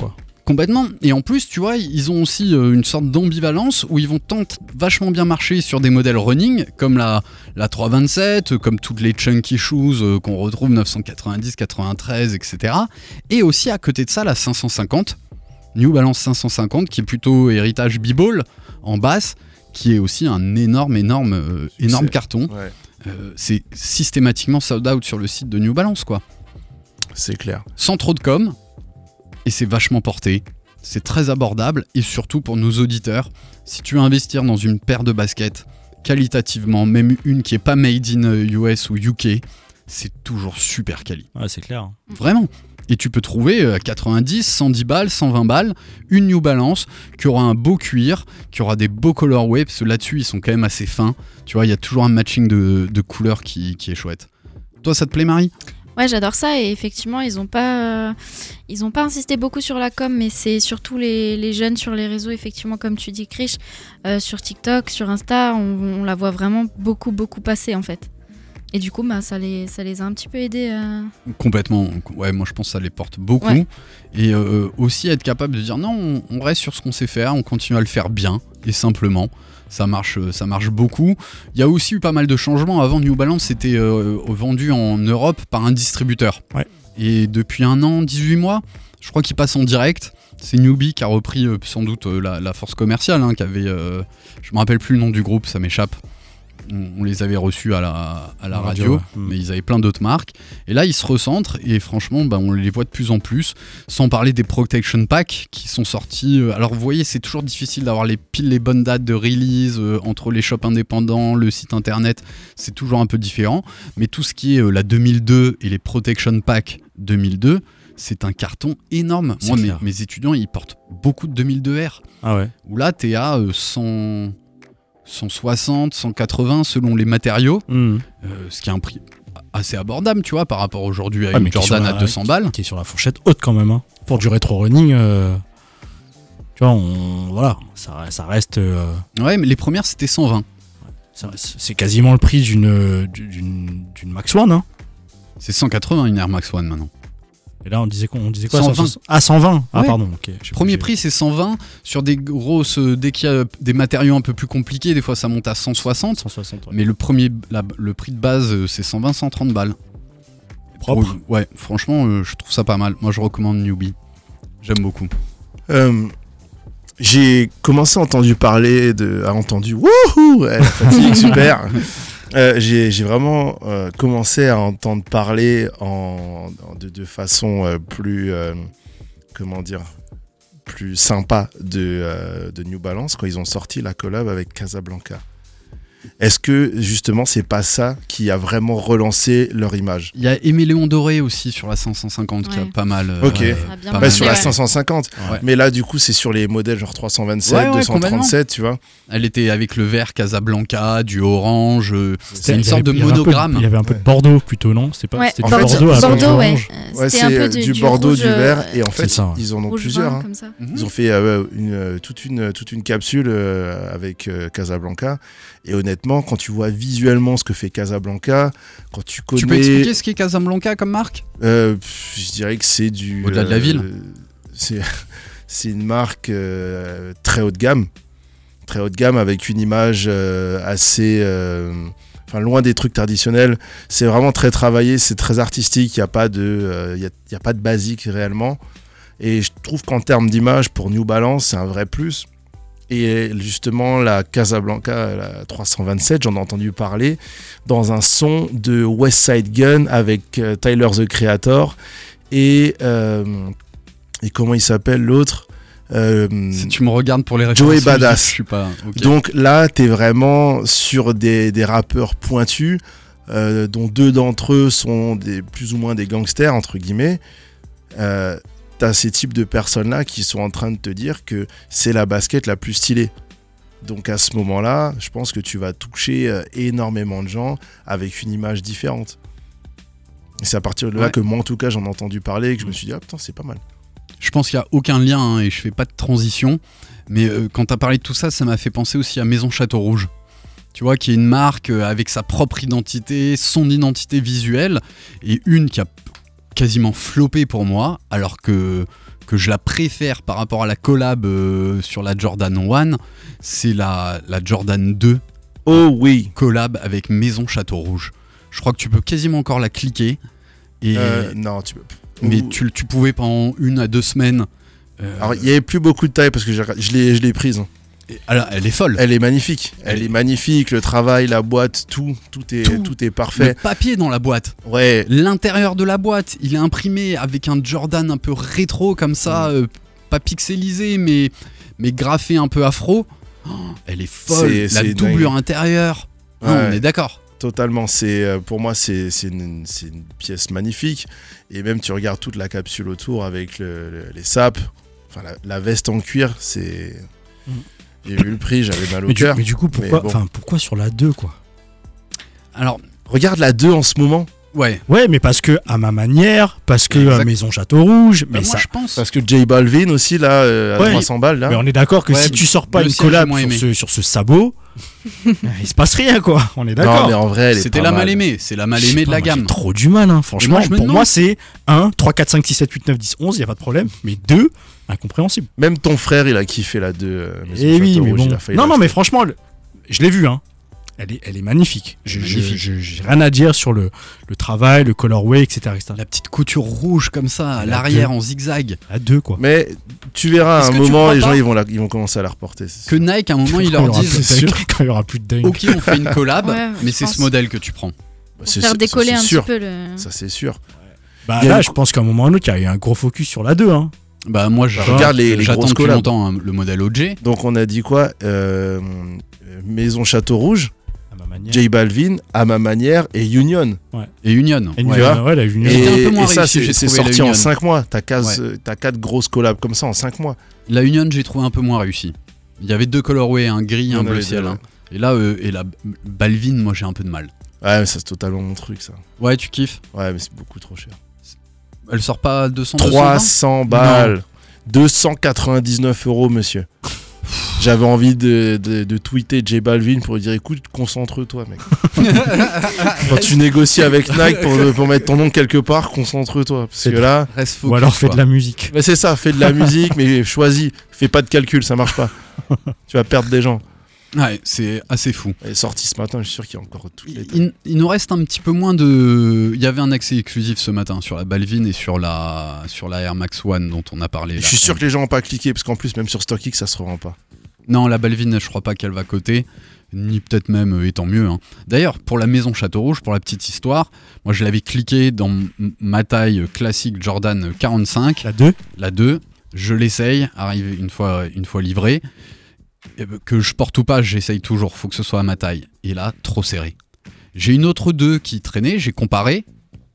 [SPEAKER 1] Complètement. Et en plus, tu vois, ils ont aussi euh, une sorte d'ambivalence où ils vont tant vachement bien marcher sur des modèles running, comme la, la trois vingt-sept, comme toutes les chunky shoes euh, qu'on retrouve neuf cent quatre-vingt-dix, quatre-vingt-treize, et cetera. Et aussi à côté de ça, la cinq cent cinquante, New Balance cinq cent cinquante, qui est plutôt héritage b-ball en basse, qui est aussi un énorme, énorme, euh, énorme carton.
[SPEAKER 8] Ouais.
[SPEAKER 1] Euh, c'est systématiquement sold out sur le site de New Balance, quoi.
[SPEAKER 8] C'est clair.
[SPEAKER 1] Sans trop de com'. Et c'est vachement porté, c'est très abordable et surtout pour nos auditeurs, si tu veux investir dans une paire de baskets, qualitativement, même une qui est pas made in U S ou U K, c'est toujours super quali.
[SPEAKER 7] Ouais, c'est clair.
[SPEAKER 1] Vraiment. Et tu peux trouver à quatre-vingt-dix, cent dix balles, cent vingt balles, une New Balance qui aura un beau cuir, qui aura des beaux colorways, parce que là-dessus ils sont quand même assez fins. Tu vois, il y a toujours un matching de, de couleurs qui, qui est chouette. Toi, ça te plaît, Marie ?
[SPEAKER 6] Ouais, j'adore ça et effectivement, ils ont pas, euh, ils ont pas insisté beaucoup sur la com, mais c'est surtout les, les jeunes sur les réseaux, effectivement, comme tu dis, Krish, euh, sur TikTok, sur Insta, on, on la voit vraiment beaucoup, beaucoup passer en fait. Et du coup, bah, ça les, ça les a un petit peu aidés. Euh...
[SPEAKER 1] Complètement. Ouais, moi je pense que ça les porte beaucoup.
[SPEAKER 6] Ouais.
[SPEAKER 1] Et euh, aussi être capable de dire non, on, on reste sur ce qu'on sait faire, on continue à le faire bien et simplement. Ça marche, ça marche beaucoup. Il y a aussi eu pas mal de changements. Avant, New Balance était euh, vendu en Europe par un distributeur.
[SPEAKER 7] Ouais.
[SPEAKER 1] Et depuis un an, dix-huit mois, je crois qu'il passe en direct. C'est Newbie qui a repris euh, sans doute euh, la, la force commerciale, hein, qui avait, euh, je me rappelle plus le nom du groupe, ça m'échappe. On, on les avait reçus à la, à la radio,
[SPEAKER 7] radio ouais.
[SPEAKER 1] mais ils avaient plein d'autres marques. Et là, ils se recentrent et franchement, bah, on les voit de plus en plus. Sans parler des protection packs qui sont sortis. Alors, vous voyez, c'est toujours difficile d'avoir les pile les bonnes dates de release euh, entre les shops indépendants, le site internet. C'est toujours un peu différent. Mais tout ce qui est euh, la deux mille deux et les protection packs deux mille deux, c'est un carton énorme.
[SPEAKER 7] C'est
[SPEAKER 1] Moi, mes,
[SPEAKER 7] clair.
[SPEAKER 1] mes étudiants, ils portent beaucoup de deux mille deux R.
[SPEAKER 7] Ah ouais.
[SPEAKER 1] Où là, t'es à euh, cent, cent soixante, cent quatre-vingts selon les matériaux.
[SPEAKER 7] Mmh.
[SPEAKER 1] Euh, ce qui est un prix assez abordable, tu vois, par rapport aujourd'hui à
[SPEAKER 7] Ouais,
[SPEAKER 1] une
[SPEAKER 7] mais qui est
[SPEAKER 1] Jordan
[SPEAKER 7] sur la-
[SPEAKER 1] à deux cents balles.
[SPEAKER 7] Qui est sur la fourchette haute quand même. Hein. Pour du rétro running, euh, tu vois, on, voilà, ça, ça reste. euh,
[SPEAKER 1] Ouais, mais les premières, c'était cent vingt.
[SPEAKER 7] ça- c'est quasiment le prix d'une, d'une, d'une Max One. Hein.
[SPEAKER 1] C'est cent quatre-vingts une Air Max One maintenant.
[SPEAKER 7] Et là, on disait quoi, on disait quoi
[SPEAKER 1] cent vingt.
[SPEAKER 7] cent- Ah, cent vingt. Ah,
[SPEAKER 1] Ouais.
[SPEAKER 7] pardon. ok. Je sais
[SPEAKER 1] Premier
[SPEAKER 7] pas,
[SPEAKER 1] prix, c'est cent vingt. Sur des grosses. euh, Dès qu'il y a des matériaux un peu plus compliqués, des fois ça monte à cent soixante.
[SPEAKER 7] cent soixante. Ouais.
[SPEAKER 1] Mais le premier, la- le prix de base, euh, c'est cent vingt, cent trente balles.
[SPEAKER 7] Propre.
[SPEAKER 1] Pour- ouais, franchement, euh, je trouve ça pas mal. Moi, je recommande Newbie. J'aime beaucoup.
[SPEAKER 8] Euh, j'ai commencé à entendre parler de. A entendu. Wouhou ouais, la fatigue, super. Euh, j'ai, j'ai vraiment euh, commencé à entendre parler en, en- de, de façon euh, plus. euh, comment dire plus sympa de, euh, de New Balance quand ils ont sorti la collab avec Casablanca. Est-ce que justement c'est pas ça qui a vraiment relancé leur image?
[SPEAKER 1] Il y a Aimé Léon Doré aussi sur la cinq cent cinquante qui a
[SPEAKER 6] Ouais.
[SPEAKER 1] pas mal. euh,
[SPEAKER 8] Ok.
[SPEAKER 1] euh,
[SPEAKER 6] Ça a bien
[SPEAKER 1] pas
[SPEAKER 8] Bah,
[SPEAKER 1] mal.
[SPEAKER 8] sur la
[SPEAKER 6] ouais.
[SPEAKER 8] cinq cent cinquante.
[SPEAKER 1] Ouais.
[SPEAKER 8] Mais là du coup c'est sur les modèles genre trois cent vingt-sept,
[SPEAKER 1] Ouais, ouais,
[SPEAKER 8] deux cent trente-sept, tu vois.
[SPEAKER 1] Elle était avec le vert Casablanca, du orange. euh, C'est une
[SPEAKER 7] Il y
[SPEAKER 1] sorte
[SPEAKER 7] avait-
[SPEAKER 1] de
[SPEAKER 7] il y avait un peu
[SPEAKER 1] monogramme.
[SPEAKER 7] Il y avait un peu de
[SPEAKER 8] Ouais.
[SPEAKER 7] Bordeaux plutôt, non? C'était pas
[SPEAKER 6] Ouais,
[SPEAKER 7] c'était
[SPEAKER 8] En
[SPEAKER 7] du
[SPEAKER 8] fait,
[SPEAKER 6] Bordeaux,
[SPEAKER 7] Bordeaux à
[SPEAKER 6] Bordeaux,
[SPEAKER 7] blanc
[SPEAKER 6] ouais.
[SPEAKER 7] orange.
[SPEAKER 6] Euh,
[SPEAKER 8] Ouais,
[SPEAKER 6] C'était un
[SPEAKER 8] c'est
[SPEAKER 6] peu
[SPEAKER 8] euh,
[SPEAKER 6] de-
[SPEAKER 8] du,
[SPEAKER 6] du
[SPEAKER 8] bordeaux,
[SPEAKER 6] rouge,
[SPEAKER 8] du vert,
[SPEAKER 6] euh,
[SPEAKER 8] et en fait,
[SPEAKER 7] C'est ça.
[SPEAKER 8] ils en ont
[SPEAKER 6] rouge
[SPEAKER 8] plusieurs.
[SPEAKER 6] vin,
[SPEAKER 8] hein.
[SPEAKER 6] comme ça.
[SPEAKER 1] Mhm.
[SPEAKER 8] Ils ont fait euh, une, euh, toute, une, toute une capsule euh, avec euh, Casablanca. Et honnêtement, quand tu vois visuellement ce que fait Casablanca, quand tu connais.
[SPEAKER 1] Tu peux expliquer ce qu'est Casablanca comme marque?
[SPEAKER 8] euh, pff, Je dirais que c'est du.
[SPEAKER 1] Au-delà de la ville.
[SPEAKER 8] C'est, c'est une marque euh, très haut de gamme. Très haut de gamme avec une image euh, assez. euh, Enfin, loin des trucs traditionnels. C'est vraiment très travaillé, c'est très artistique. Il n'y a, pas de, euh, il y a, il y a pas de basique réellement. Et je trouve qu'en termes d'image, pour New Balance, c'est un vrai plus. Et justement, la Casablanca, la trois cent vingt-sept, j'en ai entendu parler dans un son de West Side Gun avec euh, Tyler the Creator et, euh, et comment il s'appelle l'autre euh,
[SPEAKER 1] Si tu me regardes pour les références,
[SPEAKER 8] Joey
[SPEAKER 1] musique,
[SPEAKER 8] Badass.
[SPEAKER 1] Je suis pas. ok.
[SPEAKER 8] Donc là, t'es vraiment sur des, des rappeurs pointus, euh, dont deux d'entre eux sont des, plus ou moins des gangsters, entre guillemets. Euh, T'as ces types de personnes-là qui sont en train de te dire que c'est la basket la plus stylée. Donc à ce moment-là, je pense que tu vas toucher euh, énormément de gens avec une image différente. Et c'est à partir de là
[SPEAKER 1] Ouais.
[SPEAKER 8] que moi, en tout cas, j'en ai entendu parler et que je me suis dit, ah putain, c'est pas mal.
[SPEAKER 1] Je pense qu'il n'y a aucun lien hein, et je fais pas de transition. Mais euh, quand tu as parlé de tout ça, ça m'a fait penser aussi à Maison Château Rouge. Tu vois, qui est une marque euh, avec sa propre identité, son identité visuelle, et une qui a quasiment floppé pour moi, alors que que je la préfère par rapport à la collab euh, sur la Jordan un, c'est la, la Jordan deux.
[SPEAKER 8] Oh oui.
[SPEAKER 1] Collab avec Maison Château Rouge. Je crois que tu peux quasiment encore la cliquer. Et
[SPEAKER 8] Euh, non, tu peux.
[SPEAKER 1] mais
[SPEAKER 8] Ou-
[SPEAKER 1] tu, tu pouvais pendant une à deux semaines. euh,
[SPEAKER 8] Alors, il n'y avait plus beaucoup de taille parce que j'ai- je l'ai, je l'ai prise. hein.
[SPEAKER 1] et- alors, elle est folle.
[SPEAKER 8] Elle est magnifique. Elle,
[SPEAKER 1] Elle
[SPEAKER 8] est
[SPEAKER 1] est-
[SPEAKER 8] magnifique. Le travail, la boîte, tout, tout est,
[SPEAKER 1] Tout.
[SPEAKER 8] tout est
[SPEAKER 1] Le
[SPEAKER 8] parfait.
[SPEAKER 1] papier dans la boîte.
[SPEAKER 8] Ouais.
[SPEAKER 1] L'intérieur de la boîte, il est imprimé avec un Jordan un peu rétro comme ça,
[SPEAKER 8] Mm.
[SPEAKER 1] euh, pas pixelisé mais, mais graffé un peu afro. Oh, elle est folle.
[SPEAKER 8] C'est-
[SPEAKER 1] la
[SPEAKER 8] c'est
[SPEAKER 1] doublure
[SPEAKER 8] dingue.
[SPEAKER 1] intérieure. Non,
[SPEAKER 8] Ouais.
[SPEAKER 1] on est d'accord.
[SPEAKER 8] Totalement, c'est euh, pour moi c'est c'est une, c'est une pièce magnifique et même tu regardes toute la capsule autour avec le- le- les sapes, enfin la, la veste en cuir, c'est
[SPEAKER 7] Mm.
[SPEAKER 8] j'ai vu le prix, j'avais mal au
[SPEAKER 7] Mais du,
[SPEAKER 8] cœur.
[SPEAKER 7] mais du coup, pourquoi,
[SPEAKER 8] bon.
[SPEAKER 7] enfin, pourquoi sur la deux, quoi?
[SPEAKER 1] Alors,
[SPEAKER 8] Regarde la deux en ce moment
[SPEAKER 1] ouais.
[SPEAKER 7] Ouais, mais parce que à ma manière, parce que
[SPEAKER 1] Exact.
[SPEAKER 7] euh, Maison Château Rouge,
[SPEAKER 1] Bah,
[SPEAKER 7] mais
[SPEAKER 1] moi,
[SPEAKER 7] ça.
[SPEAKER 1] je pense.
[SPEAKER 8] parce que J Balvin aussi là euh, à
[SPEAKER 7] Ouais.
[SPEAKER 8] trois cents balles là.
[SPEAKER 7] Mais on est d'accord que
[SPEAKER 1] Ouais,
[SPEAKER 7] si tu sors pas
[SPEAKER 1] le
[SPEAKER 7] une
[SPEAKER 1] ciel,
[SPEAKER 7] collab
[SPEAKER 1] j'ai moins
[SPEAKER 7] sur
[SPEAKER 1] aimé.
[SPEAKER 7] ce, sur ce sabot, il se passe rien, quoi. On est
[SPEAKER 8] Non
[SPEAKER 7] d'accord.
[SPEAKER 8] mais en vrai elle est
[SPEAKER 1] C'était
[SPEAKER 8] pas
[SPEAKER 1] la
[SPEAKER 8] mal.
[SPEAKER 1] mal aimée. C'est la mal
[SPEAKER 7] Je sais
[SPEAKER 1] aimée de
[SPEAKER 7] pas,
[SPEAKER 1] la
[SPEAKER 7] moi,
[SPEAKER 1] gamme.
[SPEAKER 7] J'ai trop du mal, hein. Franchement.
[SPEAKER 1] moi, je me
[SPEAKER 7] Pour
[SPEAKER 1] demande.
[SPEAKER 7] moi, c'est un, trois, quatre, cinq, six, sept, huit, neuf, dix, onze, il n'y a pas de problème. Mais deux, incompréhensible.
[SPEAKER 8] Même ton frère il a kiffé la deux. euh, Maison
[SPEAKER 7] Et oui,
[SPEAKER 8] Château
[SPEAKER 7] mais
[SPEAKER 8] Rouge,
[SPEAKER 7] bon.
[SPEAKER 8] il a failli
[SPEAKER 7] Non, non,
[SPEAKER 8] l'acheter.
[SPEAKER 7] mais franchement, le- je l'ai vu, hein. Elle est, elle est magnifique. Je, je-
[SPEAKER 1] Magnifique.
[SPEAKER 7] je- j'ai rien à dire sur le, le travail, le colorway, et cetera, et cetera.
[SPEAKER 1] La petite couture rouge comme ça, à
[SPEAKER 7] La
[SPEAKER 1] l'arrière
[SPEAKER 7] deux.
[SPEAKER 1] en zigzag.
[SPEAKER 7] À deux, quoi.
[SPEAKER 8] Mais tu verras à
[SPEAKER 1] Est-ce
[SPEAKER 8] un
[SPEAKER 1] que tu
[SPEAKER 8] moment
[SPEAKER 1] crois
[SPEAKER 8] les gens
[SPEAKER 1] pas
[SPEAKER 8] ils vont la- ils vont commencer à la reporter. c'est
[SPEAKER 1] Que
[SPEAKER 8] sûr.
[SPEAKER 1] Nike, à un moment, ils
[SPEAKER 7] Quand il y
[SPEAKER 1] leur
[SPEAKER 7] aura plus
[SPEAKER 1] disent
[SPEAKER 7] de dunk, quand il y aura plus de dunk.
[SPEAKER 1] ok, on fait une collab,
[SPEAKER 6] Ouais,
[SPEAKER 1] mais
[SPEAKER 6] je
[SPEAKER 1] c'est
[SPEAKER 6] pense.
[SPEAKER 1] ce modèle que tu prends.
[SPEAKER 8] Bah,
[SPEAKER 6] Pour
[SPEAKER 8] c'est-
[SPEAKER 6] faire
[SPEAKER 8] c'est-
[SPEAKER 6] décoller
[SPEAKER 8] c'est
[SPEAKER 6] un
[SPEAKER 8] sûr.
[SPEAKER 6] petit peu le.
[SPEAKER 8] Ça c'est sûr.
[SPEAKER 7] Bah
[SPEAKER 8] Il y a
[SPEAKER 7] là,
[SPEAKER 8] une-
[SPEAKER 7] je pense qu'à un moment ou un autre, il y a eu un gros focus sur la deux, hein.
[SPEAKER 1] Bah, moi, je-
[SPEAKER 8] regarde les- les
[SPEAKER 1] j'attends
[SPEAKER 8] grosses
[SPEAKER 1] depuis
[SPEAKER 8] collabs.
[SPEAKER 1] longtemps hein, le modèle O J.
[SPEAKER 8] Donc on a dit quoi euh, Maison Château Rouge,
[SPEAKER 7] À ma manière.
[SPEAKER 8] J Balvin, à ma manière et Union.
[SPEAKER 1] Et Union.
[SPEAKER 7] Et
[SPEAKER 1] ouais.
[SPEAKER 8] Tu vois
[SPEAKER 7] ouais, la Union.
[SPEAKER 1] C'était un
[SPEAKER 8] Et,
[SPEAKER 1] peu moins
[SPEAKER 8] et ça
[SPEAKER 1] réussi,
[SPEAKER 8] c'est
[SPEAKER 1] j'ai
[SPEAKER 8] c'est
[SPEAKER 1] trouvé, la
[SPEAKER 8] sorti en
[SPEAKER 1] Union.
[SPEAKER 8] cinq mois. T'as quinze- euh, t'as quatre grosses collabs comme ça en cinq mois.
[SPEAKER 1] La Union, j'ai trouvé un peu moins réussi. Il y avait deux colorways, un gris et
[SPEAKER 8] Il y
[SPEAKER 1] un
[SPEAKER 8] en
[SPEAKER 1] bleu
[SPEAKER 8] avait
[SPEAKER 1] ciel.
[SPEAKER 8] deux,
[SPEAKER 1] hein. Et là, euh, et la Balvin, moi j'ai un peu de mal.
[SPEAKER 8] Ouais mais ça c'est totalement mon truc ça.
[SPEAKER 1] Ouais, tu kiffes.
[SPEAKER 8] Ouais mais c'est beaucoup trop cher.
[SPEAKER 1] Elle sort pas à deux cents,
[SPEAKER 8] trois
[SPEAKER 1] deux cent vingt
[SPEAKER 8] cents balles. deux cent quatre-vingt-dix-neuf euros monsieur. J'avais envie de, de, de tweeter J Balvin pour lui dire écoute concentre-toi mec. Quand tu négocies avec Nike pour, pour mettre ton nom quelque part, concentre-toi. Parce que là,
[SPEAKER 1] Reste focus.
[SPEAKER 7] Ou alors fais
[SPEAKER 1] quoi.
[SPEAKER 7] de la musique.
[SPEAKER 8] mais c'est ça, fais de la musique, mais choisis. Fais pas de calcul, ça marche pas. Tu vas perdre des gens.
[SPEAKER 1] Ouais, c'est assez fou.
[SPEAKER 8] Elle est sortie ce matin, je suis sûr qu'il y a encore toutes les.
[SPEAKER 1] Il, il nous reste un petit peu moins de. Il y avait un accès exclusif ce matin sur la Balvin et sur la, sur la Air Max One dont on a parlé.
[SPEAKER 8] Et
[SPEAKER 1] là.
[SPEAKER 8] je suis sûr que les gens n'ont pas cliqué, parce qu'en plus, même sur StockX, ça se revend pas.
[SPEAKER 1] Non, la Balvin, je crois pas qu'elle va coter, ni peut-être même, euh, étant mieux. hein. D'ailleurs, pour la Maison Château Rouge, pour la petite histoire, moi je l'avais cliqué dans m- ma taille classique Jordan quarante-cinq,
[SPEAKER 7] La deux.
[SPEAKER 1] la deux, je l'essaye, arrive une fois, une fois livré, et ben, que je porte ou pas, j'essaye toujours, faut que ce soit à ma taille. Et là, trop serré. J'ai une autre deux qui traînait, j'ai comparé,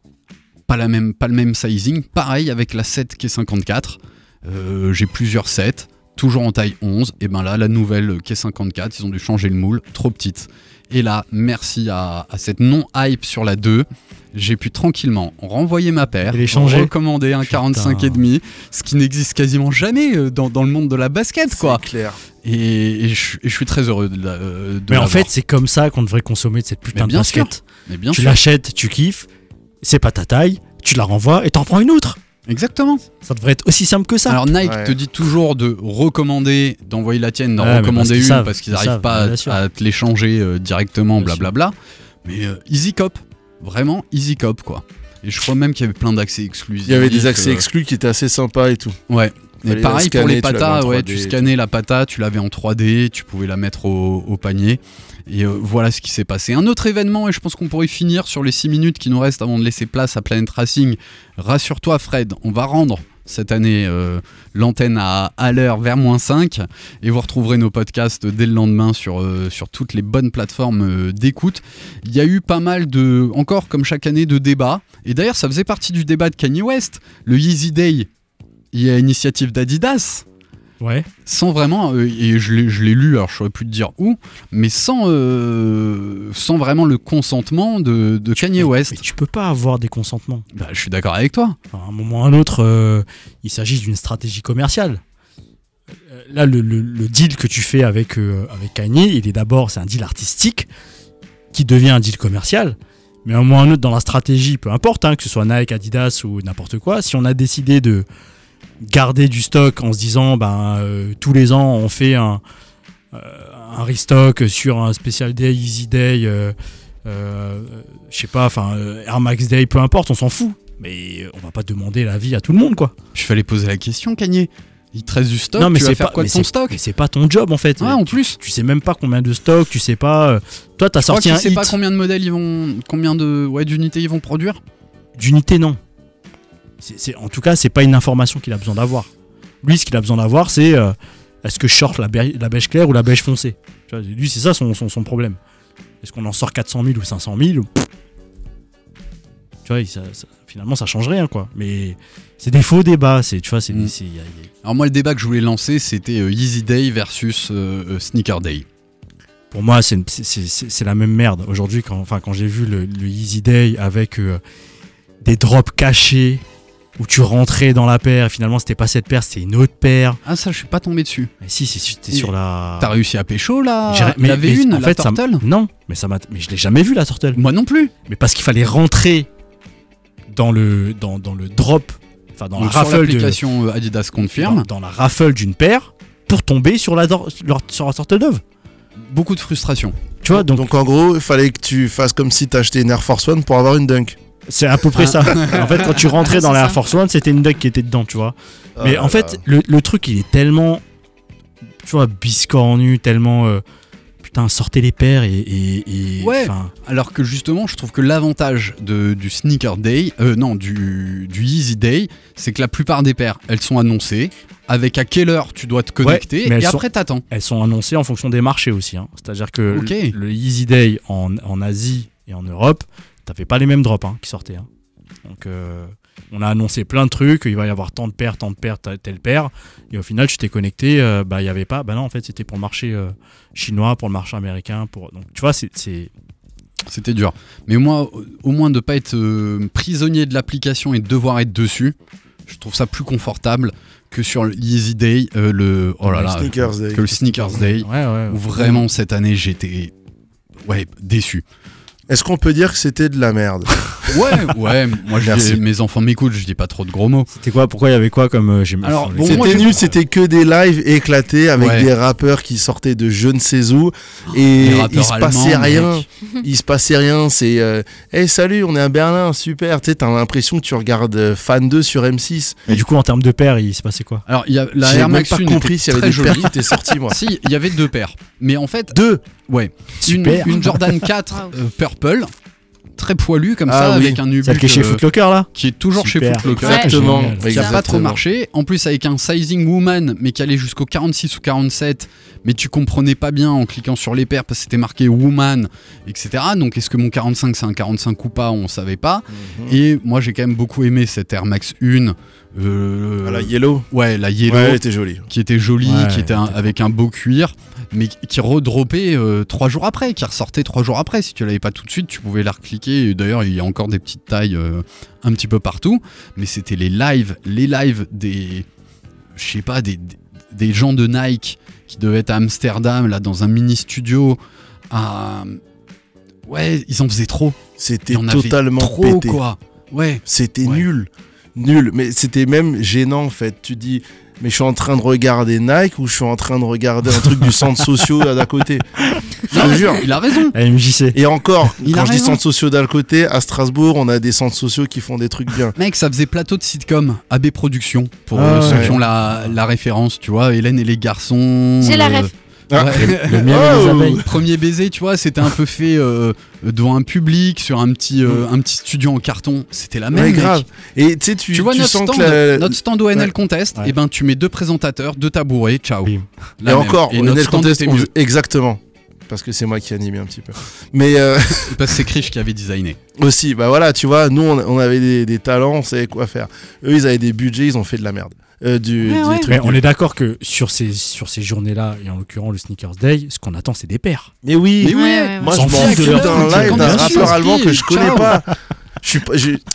[SPEAKER 1] pas, la même, pas le même sizing, pareil avec la sept qui est cinquante-quatre, euh, j'ai plusieurs sets, toujours en taille onze, et ben là, la nouvelle qui est cinquante-quatre, ils ont dû changer le moule, trop petite. Et là, merci à, à cette non-hype sur la deux, j'ai pu tranquillement renvoyer ma paire,
[SPEAKER 7] Et les changer.
[SPEAKER 1] recommander un quarante-cinq et demi, ce qui n'existe quasiment jamais euh, dans, dans le monde de la basket, quoi.
[SPEAKER 8] C'est clair.
[SPEAKER 1] Et, et je, et je suis très heureux de, la- euh, de
[SPEAKER 7] Mais en
[SPEAKER 1] l'avoir.
[SPEAKER 7] fait, c'est comme ça qu'on devrait consommer de cette putain
[SPEAKER 1] Mais
[SPEAKER 7] de
[SPEAKER 1] bien
[SPEAKER 7] basket.
[SPEAKER 1] sûr. Mais bien
[SPEAKER 7] Tu
[SPEAKER 1] sûr.
[SPEAKER 7] l'achètes, tu kiffes, c'est pas ta taille, tu la renvoies et t'en prends une autre.
[SPEAKER 1] Exactement.
[SPEAKER 7] Ça devrait être aussi simple que ça.
[SPEAKER 1] Alors Nike
[SPEAKER 8] Ouais.
[SPEAKER 1] te dit toujours de recommander, d'envoyer la tienne, d'en
[SPEAKER 7] Ouais, mais
[SPEAKER 1] recommander
[SPEAKER 7] parce qu'ils
[SPEAKER 1] une
[SPEAKER 7] savent,
[SPEAKER 1] parce qu'ils
[SPEAKER 7] ils
[SPEAKER 1] n'arrivent
[SPEAKER 7] savent,
[SPEAKER 1] pas
[SPEAKER 7] bien
[SPEAKER 1] à,
[SPEAKER 7] sûr.
[SPEAKER 1] à te l'échanger euh, directement,
[SPEAKER 7] Bien sûr.
[SPEAKER 1] blablabla. Mais euh, easy cop, vraiment easy cop quoi. Et je crois même qu'il y avait plein d'accès exclusifs.
[SPEAKER 8] Il y avait des accès
[SPEAKER 1] euh,
[SPEAKER 8] exclus qui étaient assez sympas et tout.
[SPEAKER 1] Ouais. Et
[SPEAKER 8] Fallait
[SPEAKER 1] pareil
[SPEAKER 8] scanner,
[SPEAKER 1] pour les
[SPEAKER 8] tu l'avais
[SPEAKER 1] patas,
[SPEAKER 8] en
[SPEAKER 1] ouais,
[SPEAKER 8] trois D
[SPEAKER 1] tu
[SPEAKER 8] et
[SPEAKER 1] scannais la pata, tu l'avais en trois D, tu pouvais la mettre au, au panier. Et euh, voilà ce qui s'est passé. Un autre événement, et je pense qu'on pourrait finir sur les six minutes qui nous restent avant de laisser place à Planet Racing. Rassure-toi Fred, on va rendre cette année euh, l'antenne à, à l'heure vers moins cinq et vous retrouverez nos podcasts dès le lendemain sur, euh, sur toutes les bonnes plateformes euh, d'écoute. Il y a eu pas mal de, encore comme chaque année, de débats. Et d'ailleurs ça faisait partie du débat de Kanye West, le Yeezy Day. Il y a initiative d'Adidas,
[SPEAKER 7] Ouais.
[SPEAKER 1] sans vraiment, euh, et je l'ai, je l'ai lu, alors je saurais plus te dire où, mais sans, euh, sans vraiment le consentement de, de Kanye West.
[SPEAKER 7] Mais tu peux pas avoir des consentements.
[SPEAKER 1] Bah, je suis d'accord avec toi.
[SPEAKER 7] Enfin, à un moment ou à un autre, euh, il s'agit d'une stratégie commerciale. Euh, Là, le, le- le deal que tu fais avec, euh, avec Kanye, il est d'abord, c'est un deal artistique qui devient un deal commercial. Mais à un moment ou à un autre, dans la stratégie, peu importe, hein, que ce soit Nike, Adidas ou n'importe quoi, si on a décidé de, garder du stock en se disant ben euh, tous les ans on fait un euh, un restock sur un Special Day, Easy Day, euh, euh, je sais pas, enfin euh, Air Max Day, peu importe, on s'en fout. Mais on va pas demander l'avis à tout le monde, quoi.
[SPEAKER 1] Je fallait poser la question, Kanye. Il te reste du stock,
[SPEAKER 7] non, mais
[SPEAKER 1] tu
[SPEAKER 7] c'est
[SPEAKER 1] vas faire
[SPEAKER 7] pas,
[SPEAKER 1] quoi de
[SPEAKER 7] mais
[SPEAKER 1] ton
[SPEAKER 7] c'est,
[SPEAKER 1] stock?
[SPEAKER 7] mais c'est pas ton job en fait.
[SPEAKER 1] Ouais, en
[SPEAKER 7] tu,
[SPEAKER 1] plus.
[SPEAKER 7] Tu sais même pas combien de stock, tu sais pas. Euh, toi, t'as
[SPEAKER 1] Je crois
[SPEAKER 7] sorti
[SPEAKER 1] que
[SPEAKER 7] un
[SPEAKER 1] tu sais
[SPEAKER 7] hit.
[SPEAKER 1] pas combien de modèles ils vont, combien de, ouais, d'unités ils vont produire.
[SPEAKER 7] D'unités, non. C'est, c'est, en tout cas, c'est pas une information qu'il a besoin d'avoir. Lui, ce qu'il a besoin d'avoir, c'est euh, est-ce que je short la, be- la beige claire ou la beige foncée. Tu vois, lui, c'est ça son, son, son problème. Est-ce qu'on en sort quatre cent mille ou cinq cent mille? Tu vois, ça, ça, finalement, ça change rien, quoi. Mais c'est des faux débats. C'est, tu vois, c'est,
[SPEAKER 1] Mm.
[SPEAKER 7] c'est, y a, y a...
[SPEAKER 1] Alors moi, le débat que je voulais lancer, c'était euh, Easy Day versus euh, euh, Sneaker Day.
[SPEAKER 7] Pour moi, c'est, c'est, c'est, c'est la même merde. Aujourd'hui, quand, enfin, quand j'ai vu le, le Easy Day avec euh, des drops cachés où tu rentrais dans la paire et finalement, c'était pas cette paire, c'était une autre paire.
[SPEAKER 1] Ah ça, je suis pas tombé dessus.
[SPEAKER 7] Mais si, c'est, c'était
[SPEAKER 1] Et
[SPEAKER 7] sur la...
[SPEAKER 1] T'as réussi à pécho là?
[SPEAKER 7] J'ai-
[SPEAKER 1] Il y avait
[SPEAKER 7] mais
[SPEAKER 1] une,
[SPEAKER 7] en
[SPEAKER 1] la
[SPEAKER 7] fait, ça m-
[SPEAKER 1] Turtle.
[SPEAKER 7] Non, mais, ça m'a... mais je l'ai jamais vu, la Turtle.
[SPEAKER 1] Moi non plus.
[SPEAKER 7] Mais parce qu'il fallait rentrer dans le, dans, dans le drop, enfin dans
[SPEAKER 1] Donc
[SPEAKER 7] la
[SPEAKER 1] sur
[SPEAKER 7] raffle de,
[SPEAKER 1] l'application euh, Adidas Confirm,
[SPEAKER 7] dans, dans la raffle d'une paire pour tomber sur la, dor- sur- sur la Turtle Dove.
[SPEAKER 1] beaucoup de frustration.
[SPEAKER 7] Tu vois, donc,
[SPEAKER 8] Donc en gros, il fallait que tu fasses comme si t'achetais une Air Force One pour avoir une Dunk.
[SPEAKER 7] c'est à peu près ça. En fait, quand tu rentrais
[SPEAKER 6] Ah,
[SPEAKER 7] dans
[SPEAKER 6] c'est
[SPEAKER 7] la
[SPEAKER 6] ça.
[SPEAKER 7] Air Force One, c'était une duck qui était dedans, tu vois.
[SPEAKER 8] Ah
[SPEAKER 7] Mais
[SPEAKER 8] là
[SPEAKER 7] en fait,
[SPEAKER 8] là.
[SPEAKER 7] le, le truc, il est tellement, tu vois, biscornu, tellement... euh, putain, sortez les paires et... et, et
[SPEAKER 1] Ouais.
[SPEAKER 7] enfin,
[SPEAKER 1] Alors que justement, je trouve que l'avantage de, du Sneaker Day, euh, non, du, du Easy Day, c'est que la plupart des paires, elles sont annoncées, avec à quelle heure tu dois te connecter,
[SPEAKER 7] mais elles
[SPEAKER 1] et
[SPEAKER 7] sont-
[SPEAKER 1] après t'attends.
[SPEAKER 7] elles sont annoncées en fonction des marchés aussi. Hein. C'est-à-dire que
[SPEAKER 1] Ok.
[SPEAKER 7] le, le Easy Day en, en Asie et en Europe, t'avais pas les mêmes drops hein, qui sortaient. Hein. Donc, euh, on a annoncé plein de trucs, il va y avoir tant de paires, tant de paires, ta- telle paire. Et au final, tu t'es connecté, euh, bah, il y avait pas. Bah non, en fait, c'était pour le marché euh, chinois, pour le marché américain. Pour... Donc, tu vois, c'est... c'est...
[SPEAKER 1] C'était dur. Mais moi, au- au moins de pas être euh, prisonnier de l'application et de devoir être dessus, je trouve ça plus confortable que sur le Easy Day, euh, le, oh là
[SPEAKER 8] Le
[SPEAKER 1] là,
[SPEAKER 8] Sneakers Day.
[SPEAKER 1] que le Sneakers Day,
[SPEAKER 7] Ouais, ouais.
[SPEAKER 1] où vraiment cette année j'étais, ouais, déçu.
[SPEAKER 8] Est-ce qu'on peut dire que c'était de la merde?
[SPEAKER 1] Ouais, ouais, moi je
[SPEAKER 8] Merci.
[SPEAKER 1] dis- mes enfants m'écoutent, je dis pas trop de gros mots.
[SPEAKER 7] C'était quoi? Pourquoi il y avait quoi comme... euh, j'ai...
[SPEAKER 1] Alors,
[SPEAKER 7] enfin,
[SPEAKER 1] bon,
[SPEAKER 7] les-
[SPEAKER 1] moi,
[SPEAKER 8] C'était
[SPEAKER 1] j'ai-
[SPEAKER 8] nul, c'était que des lives éclatés avec
[SPEAKER 1] Ouais.
[SPEAKER 8] des rappeurs qui sortaient de je ne sais où
[SPEAKER 1] Les
[SPEAKER 8] et
[SPEAKER 1] rappeurs
[SPEAKER 8] il se passait
[SPEAKER 1] allemands,
[SPEAKER 8] rien.
[SPEAKER 1] mec.
[SPEAKER 8] Il se passait rien. C'est euh, hey, salut, on est à Berlin, super. Tu sais, t'as l'impression que tu regardes euh, Fan deux sur M six.
[SPEAKER 7] Mais du coup, en termes de paires, il se passait quoi?
[SPEAKER 1] Alors il y a la
[SPEAKER 8] J'ai
[SPEAKER 1] Air
[SPEAKER 8] même
[SPEAKER 1] Max
[SPEAKER 8] pas
[SPEAKER 1] un
[SPEAKER 8] compris
[SPEAKER 1] était
[SPEAKER 8] s'il y avait
[SPEAKER 1] très
[SPEAKER 8] des
[SPEAKER 1] jolie.
[SPEAKER 8] paires qui étaient sorties, moi.
[SPEAKER 1] Si, il y avait deux paires. Mais en fait,
[SPEAKER 8] Deux.
[SPEAKER 1] ouais, une,
[SPEAKER 7] Super.
[SPEAKER 1] une Jordan quatre
[SPEAKER 6] Wow.
[SPEAKER 1] euh, Purple, très poilue comme
[SPEAKER 8] Ah
[SPEAKER 1] ça,
[SPEAKER 8] oui.
[SPEAKER 1] avec un
[SPEAKER 7] Celle
[SPEAKER 1] nubuck
[SPEAKER 7] qui est chez
[SPEAKER 1] euh,
[SPEAKER 7] Foot Locker, là?
[SPEAKER 1] qui est toujours
[SPEAKER 7] Super.
[SPEAKER 1] chez Foot Locker.
[SPEAKER 8] Exactement.
[SPEAKER 7] Génial.
[SPEAKER 1] Qui a pas
[SPEAKER 8] Exactement.
[SPEAKER 1] trop marché. En plus, avec un sizing woman, mais qui allait jusqu'au quarante-six ou quarante-sept, mais tu comprenais pas bien en cliquant sur les paires parce que c'était marqué woman, et cetera. Donc, est-ce que mon quarante-cinq c'est un quarante-cinq ou pas? On savait pas.
[SPEAKER 8] Mhm.
[SPEAKER 1] Et moi, j'ai quand même beaucoup aimé cette Air Max un. euh,
[SPEAKER 8] Ah, la Yellow.
[SPEAKER 1] Ouais, la Yellow,
[SPEAKER 8] Ouais, elle était jolie.
[SPEAKER 1] qui était jolie,
[SPEAKER 7] Ouais,
[SPEAKER 1] qui était un-
[SPEAKER 7] elle était
[SPEAKER 1] avec un beau cuir, mais qui- qui redroppait euh, trois jours après, qui ressortait trois jours après. Si tu l'avais pas tout de suite, tu pouvais la recliquer. Et d'ailleurs, il y a encore des petites tailles euh, un petit peu partout. Mais c'était les lives, les lives des, je sais pas, des, des, des gens de Nike qui devaient être à Amsterdam, là, dans un mini studio. À... Ouais, ils en faisaient trop.
[SPEAKER 8] C'était
[SPEAKER 1] Il y en avait
[SPEAKER 8] totalement
[SPEAKER 1] trop,
[SPEAKER 8] pété.
[SPEAKER 1] quoi. Ouais.
[SPEAKER 8] C'était
[SPEAKER 1] Ouais.
[SPEAKER 8] nul. Nul. Mais c'était même gênant, en fait. Tu dis, mais je suis en train de regarder Nike ou je suis en train de regarder un truc du centre sociaux là d'à côté. Je te jure.
[SPEAKER 1] Il a raison.
[SPEAKER 7] La M J C.
[SPEAKER 8] Et encore,
[SPEAKER 1] Il a
[SPEAKER 8] quand je dis
[SPEAKER 1] raison.
[SPEAKER 8] centres sociaux d'un côté, à Strasbourg, on a des centres sociaux qui font des trucs bien.
[SPEAKER 1] Mec, ça faisait plateau de sitcom, A B Productions, pour
[SPEAKER 7] Ah,
[SPEAKER 1] euh, ceux
[SPEAKER 8] ouais.
[SPEAKER 1] qui ont la, la référence, tu vois, Hélène et les garçons.
[SPEAKER 6] J'ai la
[SPEAKER 1] euh,
[SPEAKER 6] ref.
[SPEAKER 8] Ah.
[SPEAKER 1] ouais.
[SPEAKER 7] Le miel et les
[SPEAKER 8] Oh.
[SPEAKER 7] abeilles.
[SPEAKER 1] Premier baiser, tu vois, c'était un peu fait euh, devant un public, sur un petit, euh, un petit studio en carton. C'était la même,
[SPEAKER 8] Ouais,
[SPEAKER 1] mec.
[SPEAKER 8] grave. Et tu sais, tu,
[SPEAKER 1] Tu vois
[SPEAKER 8] tu
[SPEAKER 1] notre,
[SPEAKER 8] sens
[SPEAKER 1] stand,
[SPEAKER 8] que la-
[SPEAKER 1] notre stand O N L
[SPEAKER 8] Ouais.
[SPEAKER 1] Contest,
[SPEAKER 7] Ouais.
[SPEAKER 1] et ben tu mets deux présentateurs, deux tabourets, ciao.
[SPEAKER 7] Bim.
[SPEAKER 1] La
[SPEAKER 8] Et
[SPEAKER 1] même.
[SPEAKER 8] encore,
[SPEAKER 1] et
[SPEAKER 8] on
[SPEAKER 1] notre
[SPEAKER 8] est le
[SPEAKER 1] stand
[SPEAKER 8] contest,
[SPEAKER 1] était
[SPEAKER 8] on-
[SPEAKER 1] mieux,
[SPEAKER 8] exactement. Parce que c'est moi qui animais un petit peu. Mais euh,
[SPEAKER 1] parce que c'est Krish qui avait designé.
[SPEAKER 8] aussi, bah voilà, tu vois, nous on, on avait des, des talents, on savait quoi faire. Eux, ils avaient des budgets, ils ont fait de la merde. Euh, du,
[SPEAKER 1] Ouais,
[SPEAKER 8] des
[SPEAKER 1] ouais.
[SPEAKER 8] trucs
[SPEAKER 7] Mais on
[SPEAKER 8] nuls.
[SPEAKER 7] est d'accord que sur ces, sur ces journées-là, et en l'occurrence le Sneakers Day, ce qu'on attend, c'est des paires.
[SPEAKER 8] Mais oui,
[SPEAKER 1] Mais oui,
[SPEAKER 6] Ouais, ouais,
[SPEAKER 8] moi
[SPEAKER 7] ouais.
[SPEAKER 8] je
[SPEAKER 7] S'en
[SPEAKER 8] m'en
[SPEAKER 7] fout de
[SPEAKER 8] fous
[SPEAKER 7] leur
[SPEAKER 8] d'un
[SPEAKER 7] culture.
[SPEAKER 8] live d'un
[SPEAKER 1] Bien sûr,
[SPEAKER 8] rappeur allemand que je connais
[SPEAKER 1] ciao.
[SPEAKER 8] pas. Je suis pas. j'ai-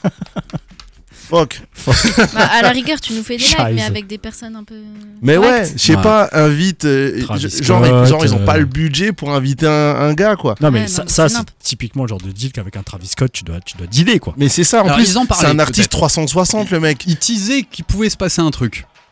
[SPEAKER 8] Fuck.
[SPEAKER 6] Bah, à la rigueur, tu nous fais des lives, mais
[SPEAKER 7] Scheiße.
[SPEAKER 6] avec des personnes un peu.
[SPEAKER 8] Mais ouais,
[SPEAKER 6] correctes.
[SPEAKER 8] je sais
[SPEAKER 1] Ouais.
[SPEAKER 8] pas, invite. euh,
[SPEAKER 7] Travis
[SPEAKER 8] genre,
[SPEAKER 7] Scott,
[SPEAKER 8] genre, ils ont pas
[SPEAKER 7] euh,
[SPEAKER 8] le budget pour inviter un, un gars, quoi.
[SPEAKER 7] Non, mais
[SPEAKER 6] Ouais,
[SPEAKER 7] ça,
[SPEAKER 6] non, mais
[SPEAKER 7] ça,
[SPEAKER 6] c'est
[SPEAKER 7] c'est
[SPEAKER 6] nimp.
[SPEAKER 7] typiquement le genre de deal qu'avec un Travis Scott, tu dois, tu dois dealer, quoi.
[SPEAKER 8] Mais c'est ça, en
[SPEAKER 1] Alors,
[SPEAKER 8] plus,
[SPEAKER 1] ils en parlaient,
[SPEAKER 8] c'est un artiste
[SPEAKER 1] peut-être.
[SPEAKER 8] trois cent soixante, le mec.
[SPEAKER 1] Il teasait qu'il pouvait se passer un truc.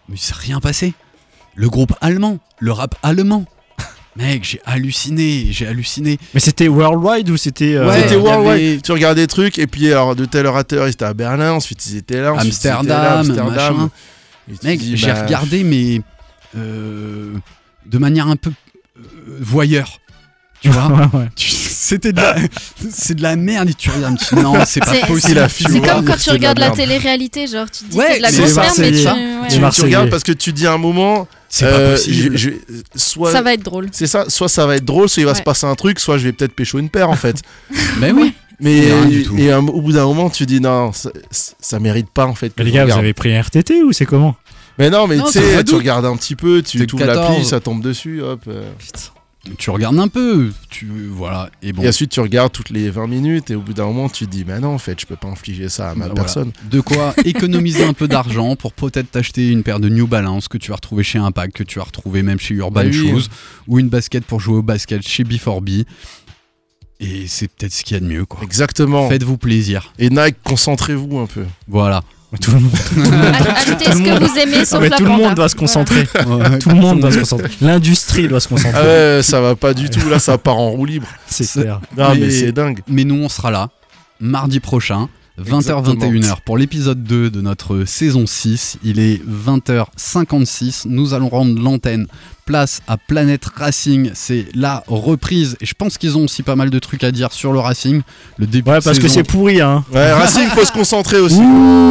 [SPEAKER 1] Mais il s'est rien passé. Le groupe allemand, le rap allemand. Mec, j'ai halluciné, j'ai halluciné.
[SPEAKER 7] Mais c'était worldwide ou c'était euh...
[SPEAKER 8] Ouais, c'était
[SPEAKER 1] il y
[SPEAKER 8] worldwide.
[SPEAKER 1] avait-
[SPEAKER 8] Tu regardais des trucs et puis alors de telle heure à telle heure ils étaient à Berlin, ensuite ils étaient là, ensuite
[SPEAKER 1] Amsterdam,
[SPEAKER 8] ils étaient là, Amsterdam.
[SPEAKER 1] machin.
[SPEAKER 8] Et tu
[SPEAKER 1] Mec,
[SPEAKER 8] te dis,
[SPEAKER 1] j'ai
[SPEAKER 8] bah,
[SPEAKER 1] regardé, mais euh, de manière un peu euh, voyeur. Tu vois
[SPEAKER 7] Ouais, ouais.
[SPEAKER 1] Tu- C'était de la, c'est de la merde et tu regardes, tu dis, non, c'est pas
[SPEAKER 6] C'est-
[SPEAKER 1] possible.
[SPEAKER 8] la
[SPEAKER 6] C'est
[SPEAKER 8] Tu vois,
[SPEAKER 6] comme quand
[SPEAKER 8] c'est
[SPEAKER 6] tu
[SPEAKER 8] de la
[SPEAKER 6] regardes la
[SPEAKER 8] merde.
[SPEAKER 6] télé-réalité, genre tu te dis
[SPEAKER 1] Ouais,
[SPEAKER 6] c'est de la
[SPEAKER 1] mais
[SPEAKER 6] grosse
[SPEAKER 7] les
[SPEAKER 6] merde, mais tu,
[SPEAKER 7] Marseillais.
[SPEAKER 6] ouais.
[SPEAKER 7] Les
[SPEAKER 8] tu,
[SPEAKER 7] Marseillais.
[SPEAKER 8] tu regardes parce que tu dis à un moment,
[SPEAKER 1] C'est pas
[SPEAKER 8] euh,
[SPEAKER 1] possible.
[SPEAKER 8] je- je- soit
[SPEAKER 6] ça va être drôle.
[SPEAKER 8] c'est ça, soit ça va être drôle, soit il va
[SPEAKER 6] Ouais.
[SPEAKER 8] se passer un truc, soit je vais peut-être pécho une paire en fait.
[SPEAKER 1] Mais oui.
[SPEAKER 8] Mais
[SPEAKER 1] Rien du tout.
[SPEAKER 8] et un- au bout d'un moment, tu dis non, ça, ça mérite pas en fait. que
[SPEAKER 7] Mais les
[SPEAKER 8] je
[SPEAKER 7] gars, vous
[SPEAKER 8] regarde.
[SPEAKER 7] avez pris un R T T ou c'est comment?
[SPEAKER 8] Mais non, mais
[SPEAKER 1] Non,
[SPEAKER 8] tu
[SPEAKER 1] c'est
[SPEAKER 8] sais,
[SPEAKER 1] pas
[SPEAKER 8] tu
[SPEAKER 1] doux.
[SPEAKER 8] regardes un petit peu, tu
[SPEAKER 1] C'est
[SPEAKER 8] trouves l'appli,
[SPEAKER 1] quatorze.
[SPEAKER 8] ça tombe dessus, hop. euh.
[SPEAKER 1] Tu regardes un peu, tu voilà, et bon.
[SPEAKER 8] Et ensuite, tu regardes toutes les vingt minutes et au bout d'un moment, tu te dis, mais non, en fait, je peux pas infliger ça à ma
[SPEAKER 1] Voilà.
[SPEAKER 8] personne.
[SPEAKER 1] De quoi économiser un peu d'argent pour peut-être t'acheter une paire de New Balance que tu vas retrouver chez Impact, que tu vas retrouver même chez Urban
[SPEAKER 8] Bah oui.
[SPEAKER 1] Shoes, ou une basket pour jouer au basket chez B four B. Et c'est peut-être ce qu'il y a de mieux, quoi.
[SPEAKER 8] Exactement.
[SPEAKER 1] Faites-vous plaisir.
[SPEAKER 8] Et Nike, concentrez-vous un peu.
[SPEAKER 1] Voilà.
[SPEAKER 7] Tout le monde,
[SPEAKER 6] Ajoutez ce que vous aimez sauf
[SPEAKER 7] mais
[SPEAKER 6] la
[SPEAKER 7] tout le
[SPEAKER 6] panda.
[SPEAKER 7] monde doit se concentrer. Tout le monde doit se concentrer. L'industrie doit se concentrer.
[SPEAKER 8] Ah ouais, ça va pas du tout, là, ça part en roue libre.
[SPEAKER 7] C'est
[SPEAKER 1] C'est-
[SPEAKER 7] clair.
[SPEAKER 8] Non, mais,
[SPEAKER 1] Mais-
[SPEAKER 8] c'est dingue.
[SPEAKER 1] Mais nous, on sera là, mardi prochain, vingt heures vingt et une heures, pour l'épisode deux de notre saison six. Il est vingt heures cinquante-six. Nous allons rendre l'antenne. Place à Planète Racing. C'est la reprise. Et je pense qu'ils ont aussi pas mal de trucs à dire sur le Racing. Le début
[SPEAKER 7] Ouais,
[SPEAKER 1] de
[SPEAKER 7] parce que
[SPEAKER 1] saison-
[SPEAKER 7] c'est pourri, hein.
[SPEAKER 8] Ouais, Racing, faut se concentrer aussi.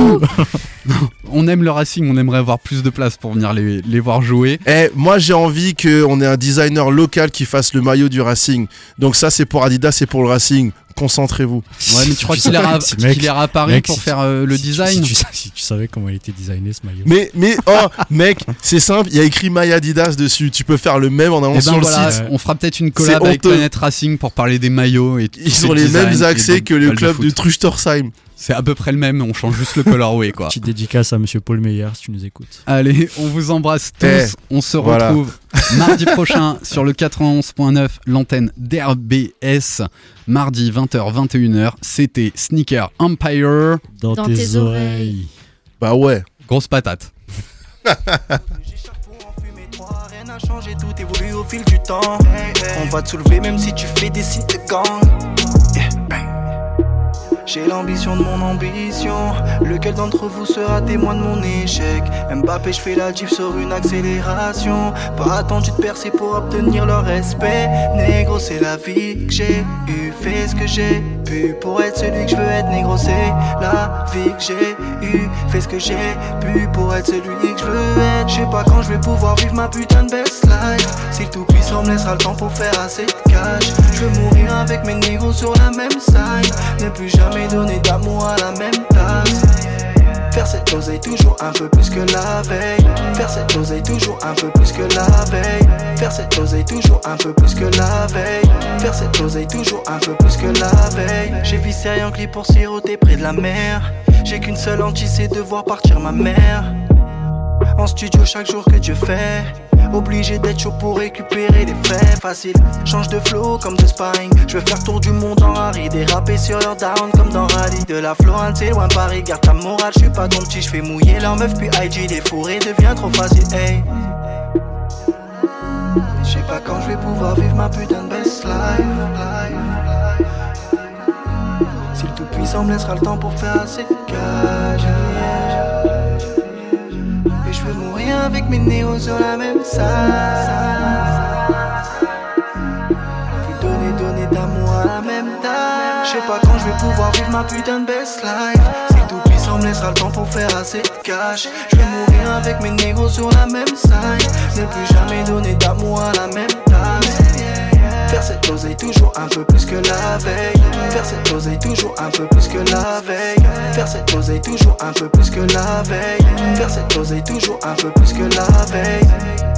[SPEAKER 1] On aime le Racing, on aimerait avoir plus de place pour venir les, les voir jouer.
[SPEAKER 8] Eh, moi, j'ai envie qu'on ait un designer local qui fasse le maillot du Racing. Donc ça, c'est pour Adidas, c'est pour le Racing. Concentrez-vous.
[SPEAKER 1] Ouais, mais tu crois qu'il ira,
[SPEAKER 7] Si, mec,
[SPEAKER 1] qu'il ira à Paris
[SPEAKER 7] mec,
[SPEAKER 1] pour
[SPEAKER 7] si
[SPEAKER 1] faire
[SPEAKER 7] tu-
[SPEAKER 1] euh, le
[SPEAKER 7] si tu-
[SPEAKER 1] design?
[SPEAKER 7] Si tu, si tu savais comment il était designé ce maillot.
[SPEAKER 8] Mais, mais, oh, mec, c'est simple, il y a écrit My Adidas dessus. Tu peux faire le même en allant
[SPEAKER 1] Eh
[SPEAKER 8] sur
[SPEAKER 1] ben
[SPEAKER 8] le
[SPEAKER 1] voilà,
[SPEAKER 8] site.
[SPEAKER 1] on fera peut-être une collab
[SPEAKER 8] C'est
[SPEAKER 1] avec
[SPEAKER 8] honteux.
[SPEAKER 1] Planète Racing pour parler des maillots. Et
[SPEAKER 8] Ils ont les mêmes accès que le club de Truchtersheim.
[SPEAKER 1] C'est à peu près le même, on change juste le colorway, quoi.
[SPEAKER 7] Petite dédicace à monsieur Paul Meyer si tu nous écoutes.
[SPEAKER 1] Allez, on vous embrasse tous.
[SPEAKER 8] Eh,
[SPEAKER 1] on se
[SPEAKER 8] voilà.
[SPEAKER 1] retrouve mardi prochain sur le quatre-vingt-onze point neuf, l'antenne d'R B S. Mardi vingt heures vingt et une heures. C'était Sneaker Empire.
[SPEAKER 7] Dans,
[SPEAKER 6] Dans
[SPEAKER 7] tes,
[SPEAKER 6] tes
[SPEAKER 7] oreilles.
[SPEAKER 6] oreilles.
[SPEAKER 8] Bah ouais.
[SPEAKER 1] Grosse patate.
[SPEAKER 9] Rien n'a changé, tout évolue au fil du temps. On va te soulever même si tu fais des sites de gang. Yeah. J'ai l'ambition de mon ambition. Lequel d'entre vous sera témoin de mon échec? Mbappé, je fais la diff sur une accélération. Pas attendu de percer pour obtenir leur respect. Négro, c'est la vie que j'ai eu. Fais ce que j'ai pu pour être celui que je veux être. Négro, c'est la vie que j'ai eu. Fais ce que j'ai pu pour être celui que je veux être. Je sais pas quand je vais pouvoir vivre ma putain de best life. Si le tout puissant me laissera le temps pour faire assez de cash. Je veux mourir avec mes négros sur la même side. Ne plus jamais donner d'amour à la même tasse. Faire cette oseille toujours un peu plus que la veille. Faire cette oseille toujours un peu plus que la veille. Faire cette oseille toujours un peu plus que la veille. Faire cette oseille toujours un peu plus que la veille. J'ai vissé un clip pour siroter près de la mer. J'ai qu'une seule hantise, c'est de voir partir ma mère. En studio chaque jour que Dieu fait. Obligé d'être chaud pour récupérer les frais. Facile, change de flow comme de sparring. Je veux faire tour du monde en Harry. Déraper sur leur down comme dans Rally. De la Florence, c'est loin Paris. Garde ta morale, je suis pas ton petit. Je fais mouiller leur meuf puis I G. Les fourrés devient trop facile, hey. Je sais pas quand je vais pouvoir vivre ma putain de best life. Si le tout puissant me laissera le temps pour faire assez de cash. Et je veux mourir avec mes néos sur la même salle. Plus donner, donner d'amour à la même taille. Je sais pas quand je vais pouvoir vivre ma putain de best life. Si le tout puissant me laissera le temps pour faire assez de cash. Je vais mourir avec mes négros sur la même side. Ne plus jamais donner d'amour à la même tasse. Faire cette oseille toujours un peu plus que la veille. Faire cette oseille toujours un peu plus que la veille. Faire cette oseille toujours un peu plus que la veille. Faire cette oseille toujours un peu plus que la veille.